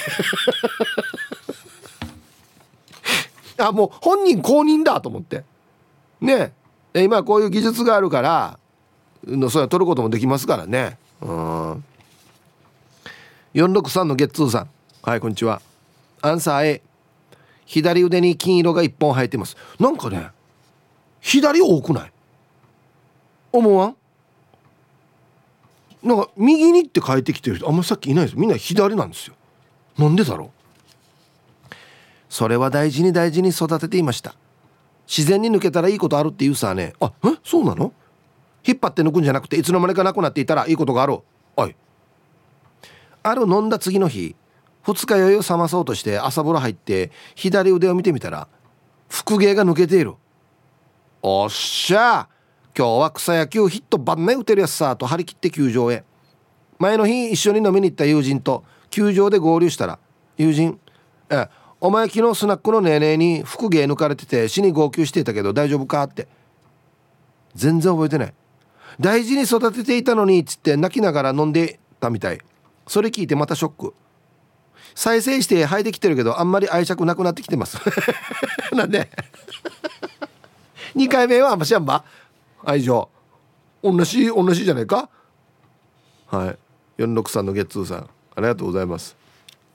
Speaker 1: あ、もう本人公認だと思ってね。今こういう技術があるからそれは取ることもできますからね。463のゲッツーさん、はい、こんにちは。アンサー A、 左腕に金色が1本生えてます。なんかね、左多くない？思わん？なんか右にって変えてきてる人あんまさっきいないです。みんな左なんですよ。なんでだろう。それは大事に大事に育てていました。自然に抜けたらいいことあるって言うさね。そうなの？引っ張って抜くんじゃなくて、いつの間にかなくなっていたらいいことがある。おい、ある飲んだ次の日、二日酔いを覚まそうとして朝風呂入って左腕を見てみたら腹芸が抜けている。おっしゃ、今日は草野球ヒット番内打てるやつさと張り切って球場へ。前の日一緒に飲みに行った友人と球場で合流したら、友人、お前昨日スナックのネーネーに腹芸抜かれてて死に号泣していたけど大丈夫かって。全然覚えてない。大事に育てていたのにっつって泣きながら飲んでたみたい。それ聞いてまたショック。再生して生えてきてるけどあんまり愛着なくなってきてますなんで2回目はあんましやんば愛情同じじゃないか。はい、463のゲッツーさん、ありがとうございます。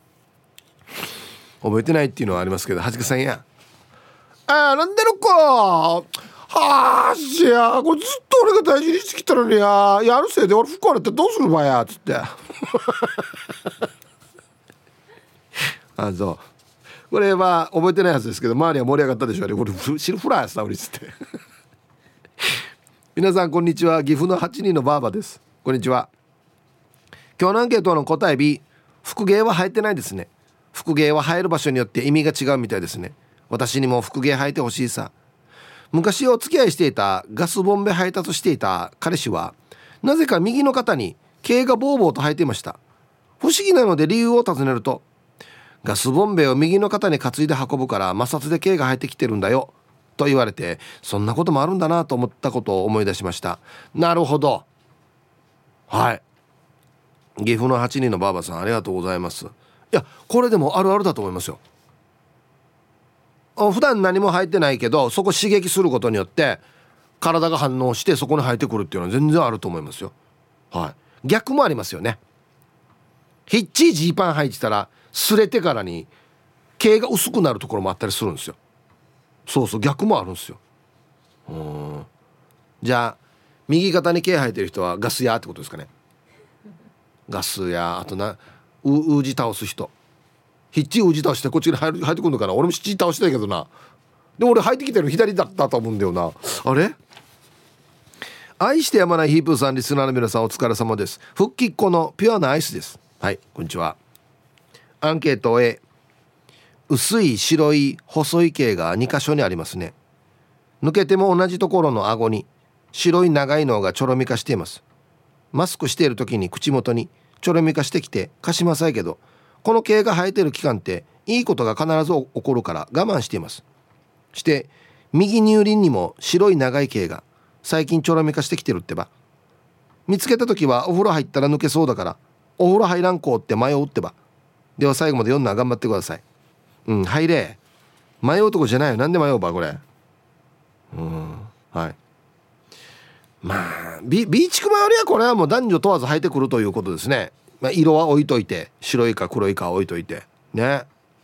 Speaker 1: 覚えてないっていうのはありますけど、はじけさんやなんでのかはあしや、これずっと俺が大事にしてきたのにやるせいで俺不幸になってどうするばやつってそうこれは覚えてないはずですけど、周りは盛り上がったでしょうね。これシルフラーやさうりつって皆さんこんにちは、岐阜の8人のバーバです。こんにちは。今日のアンケートの答え B、 腹芸は生えてないですね。腹芸は生える場所によって意味が違うみたいですね。私にも腹芸生えてほしいさ。昔お付き合いしていたガスボンベ配達していた彼氏はなぜか右の肩に毛がボーボーと生えていました。不思議なので理由を尋ねると、 ガスボンベを右の肩に担いで運ぶから摩擦で毛が生えてきてるんだよと言われて、そんなこともあるんだなと思ったことを思い出しました。なるほど。はい、岐阜の8人のばあばさんありがとうございます。いやこれでもあるあるだと思いますよ。普段何も生えてないけどそこ刺激することによって体が反応してそこに生えてくるっていうのは全然あると思いますよ。はい、逆もありますよね。ヒッチージーパン履いてたら擦れてからに毛が薄くなるところもあったりするんですよ。そうそう、逆もあるんですよ。じゃあ右肩に毛生えてる人はガス屋ってことですかね。ガス屋、あとウージ倒す人、ヒッチウージ倒してこっちに入ってくるのかな。俺もヒッチ倒したいけどな。でも俺入ってきてる左だったと思うんだよな。あれ、愛してやまないヒープーさん、リスナーの皆さんお疲れ様です。復帰っ子のピュアなアイスです。はい、こんにちは。アンケート A、 薄い白い細い毛が2箇所にありますね。抜けても同じところの顎に白い長いのがちょろみ化しています。マスクしている時に口元にちょろみ化してきて貸しまさいけど、この毛が生えてる期間っていいことが必ず起こるから我慢しています。して右乳輪にも白い長い毛が最近ちょろみ化してきてるってば。見つけた時はお風呂入ったら抜けそうだからお風呂入らんこうって迷うってば。では最後まで読んだら頑張ってください。入れ。迷うとこじゃないよ。なんで迷うばこれ。はい。まあビーチクマよりはこれはもう男女問わず生えてくるということですね。色は置いといて、白いか黒いか置いといてね。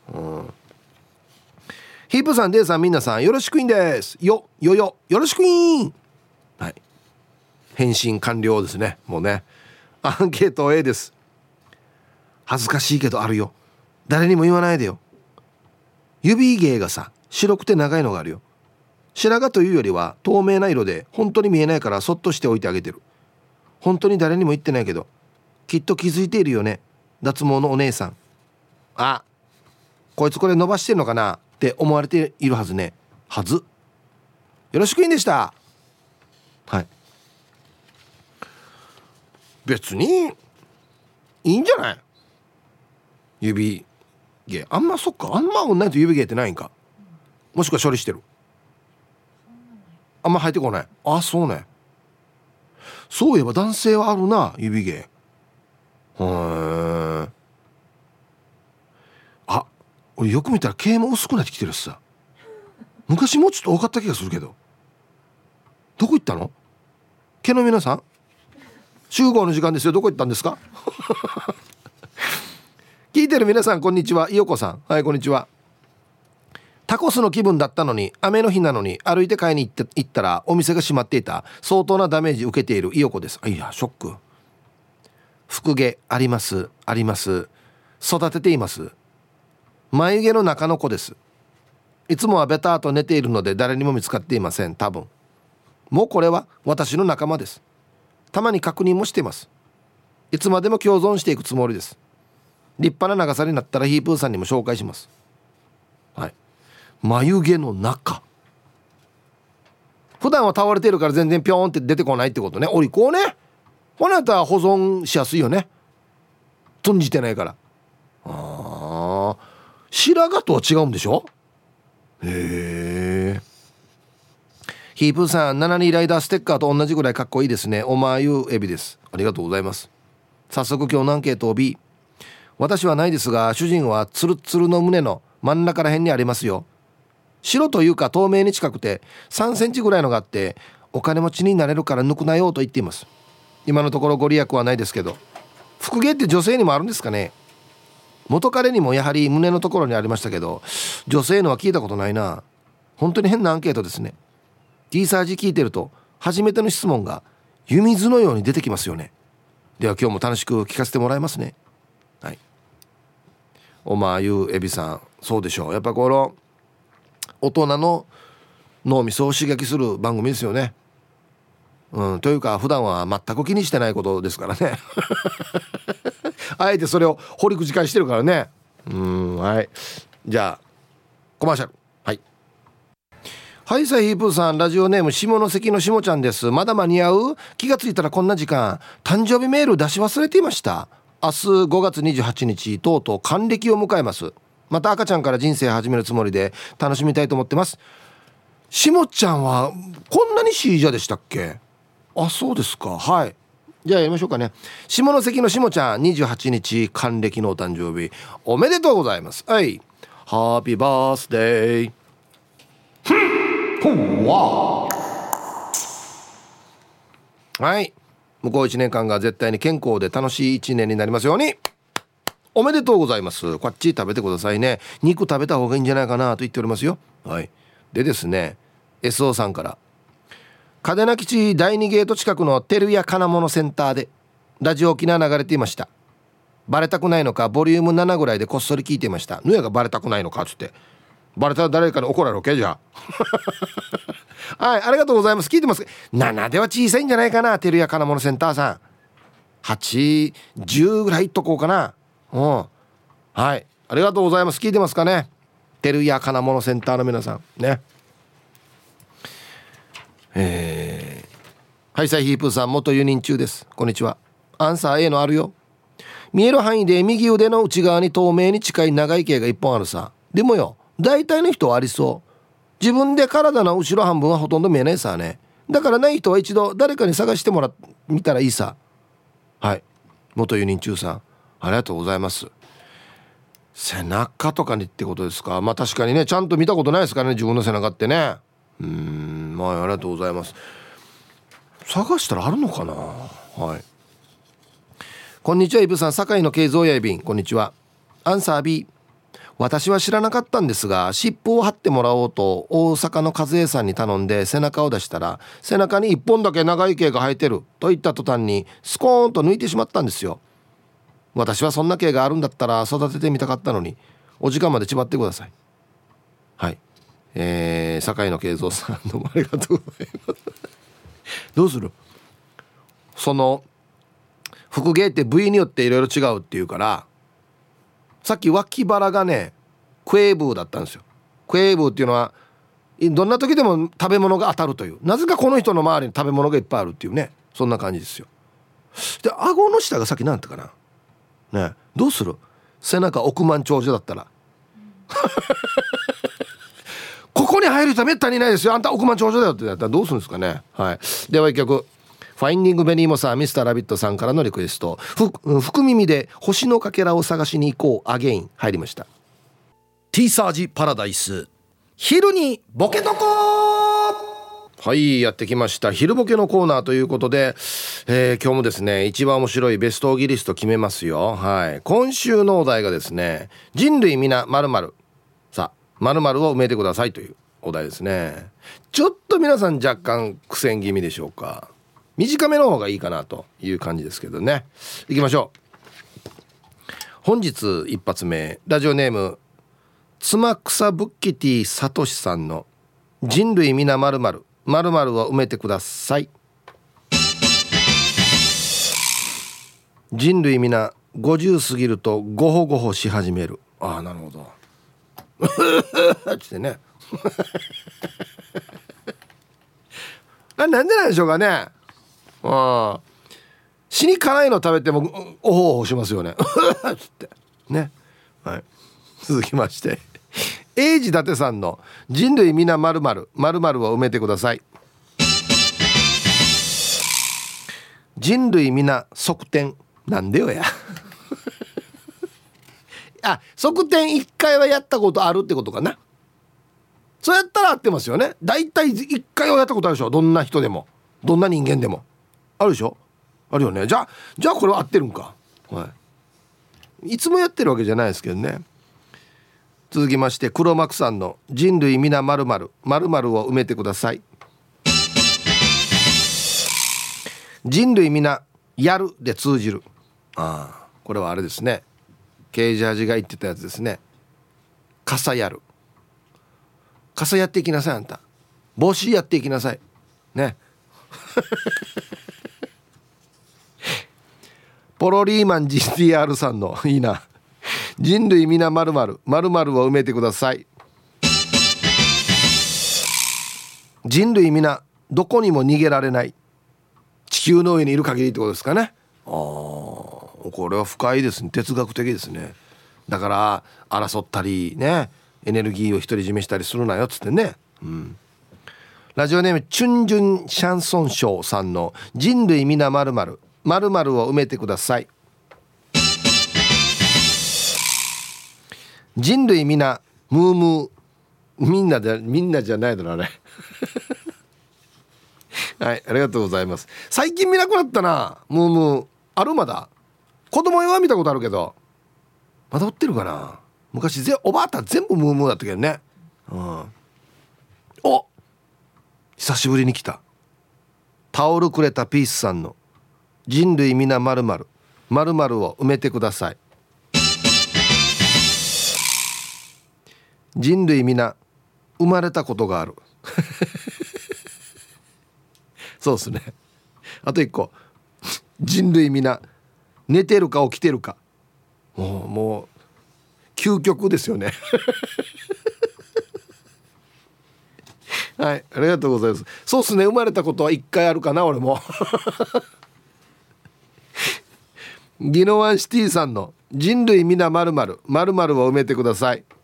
Speaker 1: ヒープさん、デイさん、みんなさんよろしくいんです。よろしくいん。はい、返信完了ですね。もうね。アンケート A です。恥ずかしいけどあるよ。誰にも言わないでよ。指芸がさ、白くて長いのがあるよ。白髪というよりは透明な色で本当に見えないからそっとしておいてあげてる。本当に誰にも言ってないけどきっと気づいているよね、脱毛のお姉さん。あ、こいつこれ伸ばしてるのかなって思われているはずね。はず。よろしくいんでした。はい、別にいいんじゃない。指毛あんま、そっか、あんまないと指毛ってないんか。もしくは処理してる。あんま生えてこない。あ、そうね。そういえば男性はあるな、指毛。あ、俺よく見たら毛も薄くなってきてるしさ。昔もうちょっと多かった気がするけど。どこ行ったの？毛の皆さん、集合の時間ですよ。どこ行ったんですか？聞いてる皆さんこんにちは。いよこさん、はい、こんにちは。タコスの気分だったのに雨の日なのに歩いて買いに行ったらお店が閉まっていた。相当なダメージ受けているいよこです。いやショック。福毛ありますあります。育てています。眉毛の中の子です。いつもはベターと寝ているので誰にも見つかっていません。多分もうこれは私の仲間です。たまに確認もしています。いつまでも共存していくつもりです。立派な長さになったらヒープーさんにも紹介します。はい、眉毛の中。普段は倒れてるから全然ピョーンって出てこないってことね。お利口ね。このやったら保存しやすいよね。頓じてないから。白髪とは違うんでしょ。へえ。ヒープーさん、72ライダーステッカーと同じぐらいかっこいいですね。おまゆエビです。ありがとうございます。早速今日のアンケートを B。 私はないですが主人はツルツルの胸の真ん中ら辺にありますよ。白というか透明に近くて3センチぐらいのがあって、お金持ちになれるから抜くなよと言っています。今のところご利益はないですけど。福毛って女性にもあるんですかね。元彼にもやはり胸のところにありましたけど女性のは聞いたことないな。本当に変なアンケートですね。 T サージ聞いてると初めての質問が湯水のように出てきますよね。では今日も楽しく聞かせてもらいますね。はい、おまゆエビさん、そうでしょう。やっぱこの大人の脳みそを刺激する番組ですよね。というか普段は全く気にしてないことですからね。あえてそれを掘り口返してるからね。はい、じゃあコマーシャル。はい、サイヒープーさん、ラジオネーム下関のしもちゃんです。まだ間に合う？気がついたらこんな時間。誕生日メール出し忘れていました。明日5月28日とうとう還暦を迎えます。 また赤ちゃんから人生始めるつもりで楽しみたいと思ってます。しもちゃんはこんなにシージャでしたっけ？あ、そうですか。はい、じゃあやりましょうかね。下関のしもちゃん、28日還暦のお誕生日おめでとうございます。はい、ハッピーバースデー。ほわはい、向こう1年間が絶対に健康で楽しい1年になりますように。おめでとうございます。こっち食べてくださいね。肉食べた方がいいんじゃないかなと言っておりますよ。はい。でですね、 SO さんから、嘉手納基地第2ゲート近くの照屋金物センターでラジオ沖縄流れていました。バレたくないのかボリューム7ぐらいでこっそり聞いていました。ぬやがバレたくないのかっつって、バレたら誰かに怒られるわけじゃはい、ありがとうございます。聞いてます。7では小さいんじゃないかな。照屋金物センターさん、8、10ぐらいいっとこうかな。うん、はい、ありがとうございます。聞いてますかね、照屋金物センターの皆さんね。ハイサイヒープーさん、元輸入中です。こんにちは。アンサー A のあるよ。見える範囲で右腕の内側に透明に近い長い毛が1本あるさ。でもよ、大体の人はありそう。自分で体の後ろ半分はほとんど見えないさね。だからない人は一度誰かに探してもらってみたらいいさ。はい、元輸入中さん、ありがとうございます。背中とかにってことですか。まあ確かにね、ちゃんと見たことないですからね、自分の背中ってね。まあありがとうございます。探したらあるのかな。はい、こんにちはイブさん、堺の慶三やいびん、こんにちは。アンサー B。 私は知らなかったんですが、湿布を貼ってもらおうと大阪の和江さんに頼んで背中を出したら、背中に1本だけ長い毛が生えてると言った途端にスコーンと抜いてしまったんですよ。私はそんな毛があるんだったら育ててみたかったのに。お時間まで縛ってください。はい、堺の慶三さん、どうもありがとうございますどうする、その複芸って部位によっていろいろ違うっていうから、さっき脇腹がねクエーブーだったんですよ。クエーブーっていうのはどんな時でも食べ物が当たるという、なぜかこの人の周りに食べ物がいっぱいあるっていうね、そんな感じですよ。で、顎の下がさっき何て言ったかなね。どうする、背中億万長者だったらここに入る人はめったにいないですよ。あんた億万長者だよってやったらどうするんですかね。はい、では一曲、ファインディングベニーモさん、ミスターラビットさんからのリクエスト、福耳で星のかけらを探しに行こうアゲイン入りました。 T サージパラダイス、昼にボケとこ。はい、やってきました昼ボケのコーナーということで、今日もですね一番面白いベストオギリスト決めますよ。はい、今週のお題がですね、人類皆〇〇、さあ〇〇を埋めてくださいというお題ですね。ちょっと皆さん若干苦戦気味でしょうか。短めの方がいいかなという感じですけどね。行きましょう。本日一発目、ラジオネームつまくさぶっきティさとしさんの人類皆〇〇〇〇を埋めてください。人類皆50過ぎるとゴホゴホし始める。ああ、なるほどってねなんでなんでしょうかね。死に辛いの食べてもおほおほしますよねつってね。はい、続きまして英治伊達さんの人類皆〇〇〇〇を埋めてください。人類皆側転、なんでよやあ、側転1回はやったことあるってことかな。そうやったら合ってますよね。だいたい1回はやったことあるでしょ。どんな人でもどんな人間でもあるでしょ。あるよね。じゃあこれは合ってるんか。はい、いつもやってるわけじゃないですけどね。続きまして黒幕さんの人類皆〇〇〇〇を埋めてください。人類皆やるで通じる。ああ、これはあれですね、ケージャージが言ってたやつですね。傘やる、傘やっていきなさい。あんた帽子やっていきなさいねポロリーマン GTR さんのいいな、人類皆〇〇〇〇を埋めてください。人類皆どこにも逃げられない、地球の上にいる限りってことですかね。ああ、これは深いですね。哲学的ですね。 だから争ったりね、エネルギーを独り占めしたりするなよっつってね。ラジオネームチュンジュンシャンソンショーさんの人類皆〇〇〇〇を埋めてください。人類皆ムームー、みんなじゃないだろあれはい、ありがとうございます。最近見なくなったな、ムームー。ある？まだ子供用は見たことあるけど、まだ売ってるかな。昔おばあた全部ムームーだったけどね。お、久しぶりに来た。タオルくれたピースさんの人類皆〇〇〇〇を埋めてください。人類皆生まれたことがあるそうですね。あと一個、人類皆寝てるか起きてるか。もう究極ですよねはい、ありがとうございます。そうっすね、生まれたことは1回あるかな俺もギノワンシティさんの人類皆〇〇〇〇を埋めてください。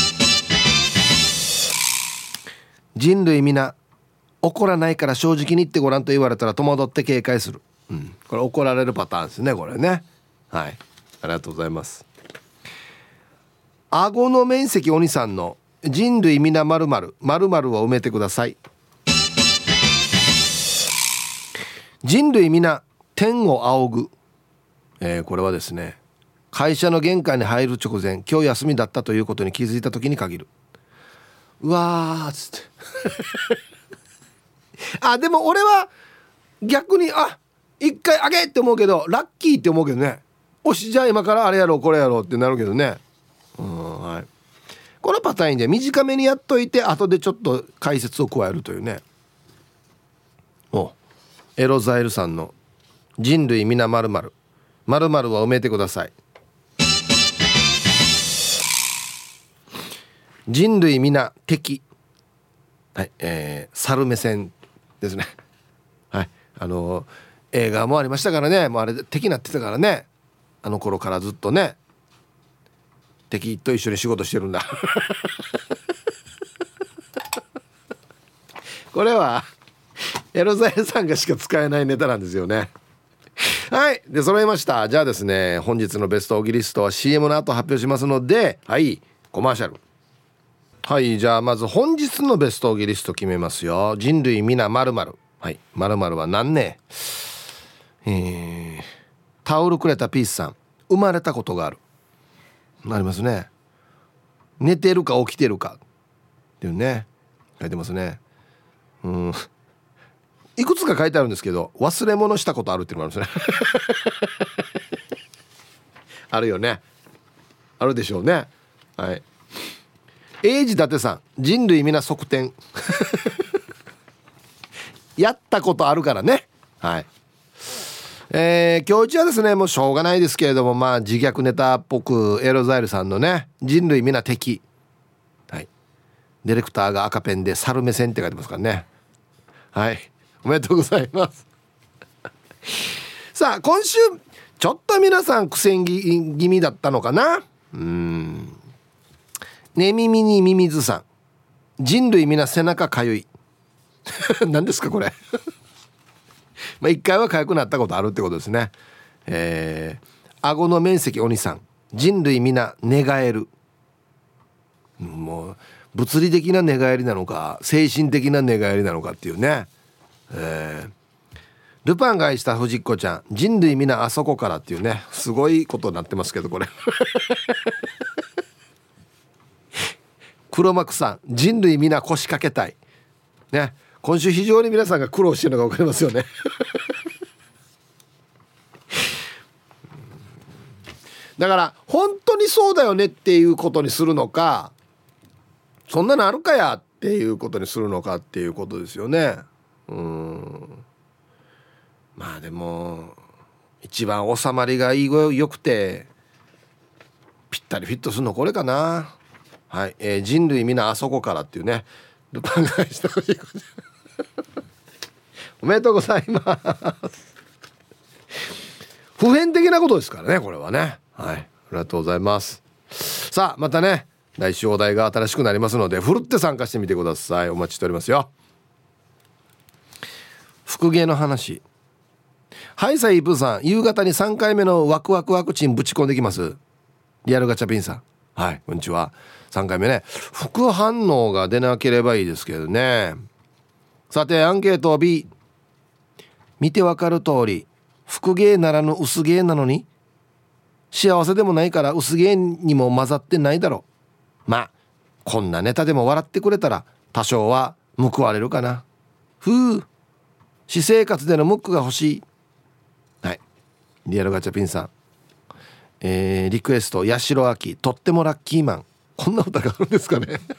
Speaker 1: 人類皆怒らないから正直に言ってごらんと言われたら戸惑って警戒する。これ怒られるパターンですね、これね。はい、ありがとうございます。顎の面積お兄さんの人類皆〇〇〇〇を埋めてください。人類皆天を仰ぐ、これはですね、会社の玄関に入る直前、今日休みだったということに気づいた時に限る。うわーっつってあ、でも俺は逆に一回あげって思うけど、ラッキーって思うけどね。おし、じゃあ今からあれやろうこれやろうってなるけどね。はい、このパターンで短めにやっといて後でちょっと解説を加えるというね。エロザイルさんの人類皆〇〇〇〇は埋めてください。人類皆敵、はい、猿目線ですね。はい、映画もありましたからね。もうあれ敵になってたからね、あの頃からずっとね、敵と一緒に仕事してるんだこれはエロザイルさんがしか使えないネタなんですよね。はい、で揃いました。じゃあですね、本日のベストオギリストは CM の後発表しますので、はい、コマーシャル。はい、じゃあまず本日のベストオギリスト決めますよ。人類皆〇〇、はい、〇〇は何ね。タオルくれたピースさん、生まれたことがある。ありますね。寝てるか起きてるかっていうね、書いてますね。いくつか書いてあるんですけど、忘れ物したことあるっていうのもあるんですねあるよね、あるでしょうね。はい、英治伊達さん、人類皆側転やったことあるからね。はい、今日うちはですね、もうしょうがないですけれども、まあ自虐ネタっぽくエロザイルさんのね、人類皆敵、はい、ディレクターが赤ペンで猿目線って書いてますからね。はい、おめでとうございますさあ今週ちょっと皆さん苦戦気味だったのかな。ねみみにミミズさん、人類皆背中かゆい何ですかこれまあ一回は痒くなったことあるってことですね。顎の面積お兄さん、人類皆寝返る。もう物理的な寝返りなのか精神的な寝返りなのかっていうね。ルパンが愛した藤子ちゃん、人類皆あそこからっていうね、すごいことになってますけどこれ黒幕さん、人類皆腰掛けたいね。今週非常に皆さんが苦労してるのが分かりますよねだから本当にそうだよねっていうことにするのか、そんなのあるかやっていうことにするのかっていうことですよね。まあでも一番収まりが良くてぴったりフィットするのこれかな。はい、人類皆あそこからっていうね、ルパンがしてほしいおめでとうございます普遍的なことですからねこれはね。はい、ありがとうございます。 さあまたね来週お題が新しくなりますのでふるって参加してみてください。お待ちしておりますよ。福芸の話。はいさいイープーさん、夕方に3回目のワクワクワクチンぶち込んできます。リアルガチャピンさん、はいこんにちは。3回目ね、副反応が出なければいいですけどね。さてアンケート B、 見てわかる通り福芸ならぬ薄芸なのに幸せでもないから薄芸にも混ざってないだろう。まあこんなネタでも笑ってくれたら多少は報われるかな。ふう、私生活でのムックが欲しい。はい、リアルガチャピンさん、リクエスト八代亜紀とってもラッキーマン。こんな歌があるんですかね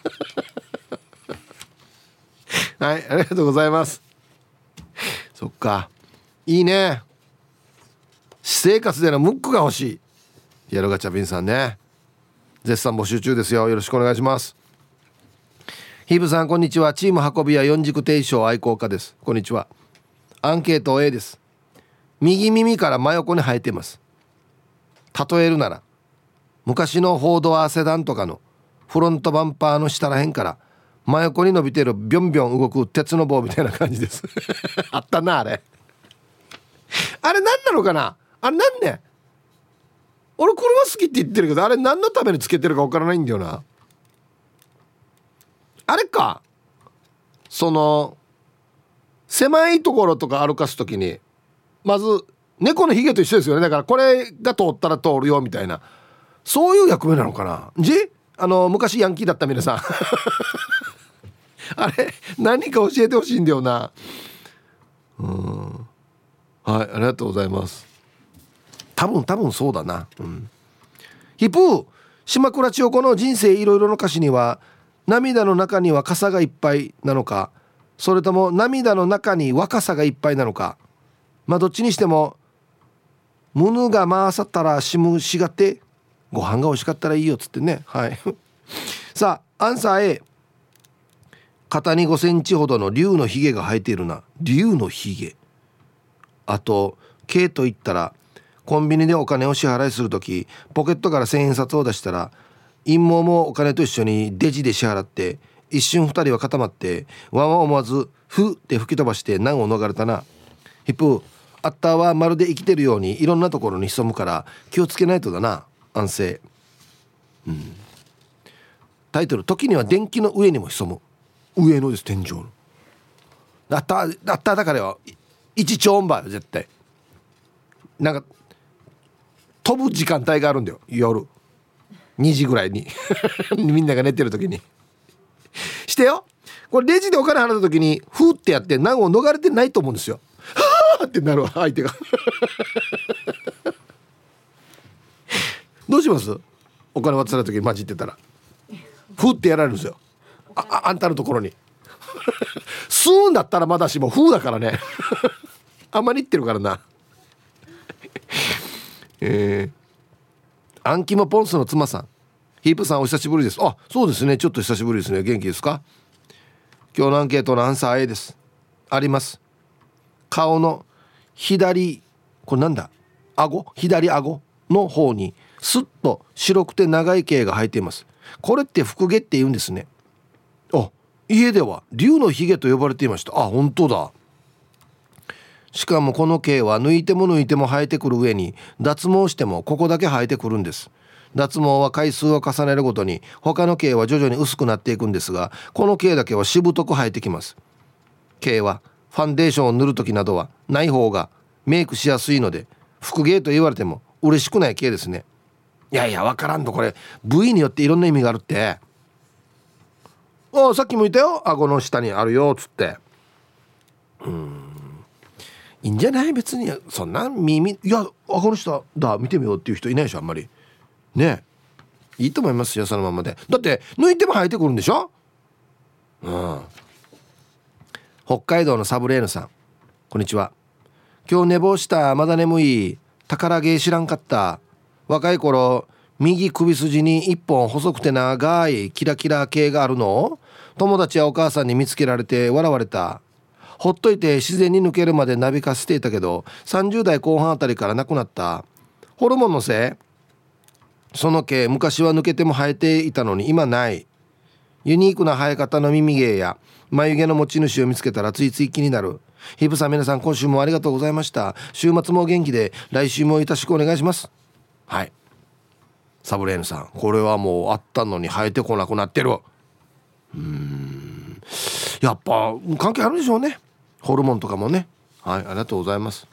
Speaker 1: はい、ありがとうございます。そっか、いいね、私生活でのムックが欲しい。リアルガチャピンさんね、絶賛募集中ですよ。よろしくお願いします。ヒーブさんこんにちは。チーム運び屋四軸定称愛好家です。こんにちは。アンケート A です。右耳から真横に生えています。例えるなら昔のフォードアーセダンとかのフロントバンパーの下らへんから真横に伸びてるビョンビョン動く鉄の棒みたいな感じですあったなあれあれ何なのかな。あれなんね、俺車好きって言ってるけどあれ何のためにつけてるか分からないんだよな。あれか、その狭いところとか歩かすときにまず猫のヒゲと一緒ですよね。だからこれが通ったら通るよみたいな、そういう役目なのかな。昔ヤンキーだった皆さんあれ何か教えてほしいんだよな。はい、ありがとうございます。多分そうだな。ヒップー、島倉千代子の人生いろいろの歌詞には涙の中には傘がいっぱいなのか、それとも涙の中に若さがいっぱいなのか、まあどっちにしてもムヌが回さったらしむしがってご飯が美味しかったらいいよっつってね。はいさあアンサー A、 肩に5センチほどの竜のひげが生えているな。竜のひげ。あと K と言ったらコンビニでお金を支払いするときポケットから千円札を出したら陰謀もお金と一緒にデジで支払って一瞬2人は固まってワンは思わずフって吹き飛ばして難を逃れたな。ヒップ、アッターはまるで生きてるようにいろんなところに潜むから気をつけないとだな。安静。タイトル、時には電気の上にも潜む。上のです、天井の。アッターだからよ一超音波よ絶対。なんか飛ぶ時間帯があるんだよ、夜2時ぐらいにみんなが寝てる時にしてよ。これレジでお金払った時にフーってやって難を逃れてないと思うんですよ。はーってなるわ相手がどうします？お金渡された時に混じってたらフーってやられるんですよ。あんたのところにスーンだったらまだしもフーだからねあんまり言ってるからなアンキモポンスの妻さん、ヒープさんお久しぶりです。あ、そうですね、ちょっと久しぶりですね。元気ですか？今日のアンケートのアンサー A です。あります。顔の左、これなんだ、左顎の方にスッと白くて長い毛が生えています。これって福毛って言うんですね。あ、家では竜のひげと呼ばれていました。あ、本当だ。しかもこの毛は抜いても抜いても生えてくる上に脱毛してもここだけ生えてくるんです。脱毛は回数を重ねるごとに他の毛は徐々に薄くなっていくんですが、この毛だけはしぶとく生えてきます。毛はファンデーションを塗るときなどはない方がメイクしやすいので福毛と言われても嬉しくない毛ですね。いやいやわからんと、これ部位によっていろんな意味があるって。さっきも言ったよ、顎の下にあるよっつって。いいんじゃない？別にそんな耳、いや顎の下だ見てみようっていう人いないでしょあんまりね。いいと思いますよそのままで。だって抜いても生えてくるんでしょ。北海道のサブレーヌさん、こんにちは。今日寝坊した。まだ眠い。宝毛知らんかった。若い頃右首筋に一本細くて長いキラキラ系があるの。友達やお母さんに見つけられて笑われた。ほっといて自然に抜けるまでなびかせていたけど30代後半あたりからなくなった。ホルモンのせい？ その毛昔は抜けても生えていたのに今ない。ユニークな生え方の耳毛や眉毛の持ち主を見つけたらついつい気になる。ヒープさん皆さん今週もありがとうございました。週末も元気で来週もよろしくお願いします。はい、サブレーヌさん、これはもうあったのに生えてこなくなってる。やっぱ関係あるでしょうね、ホルモンとかもね。はい、ありがとうございます。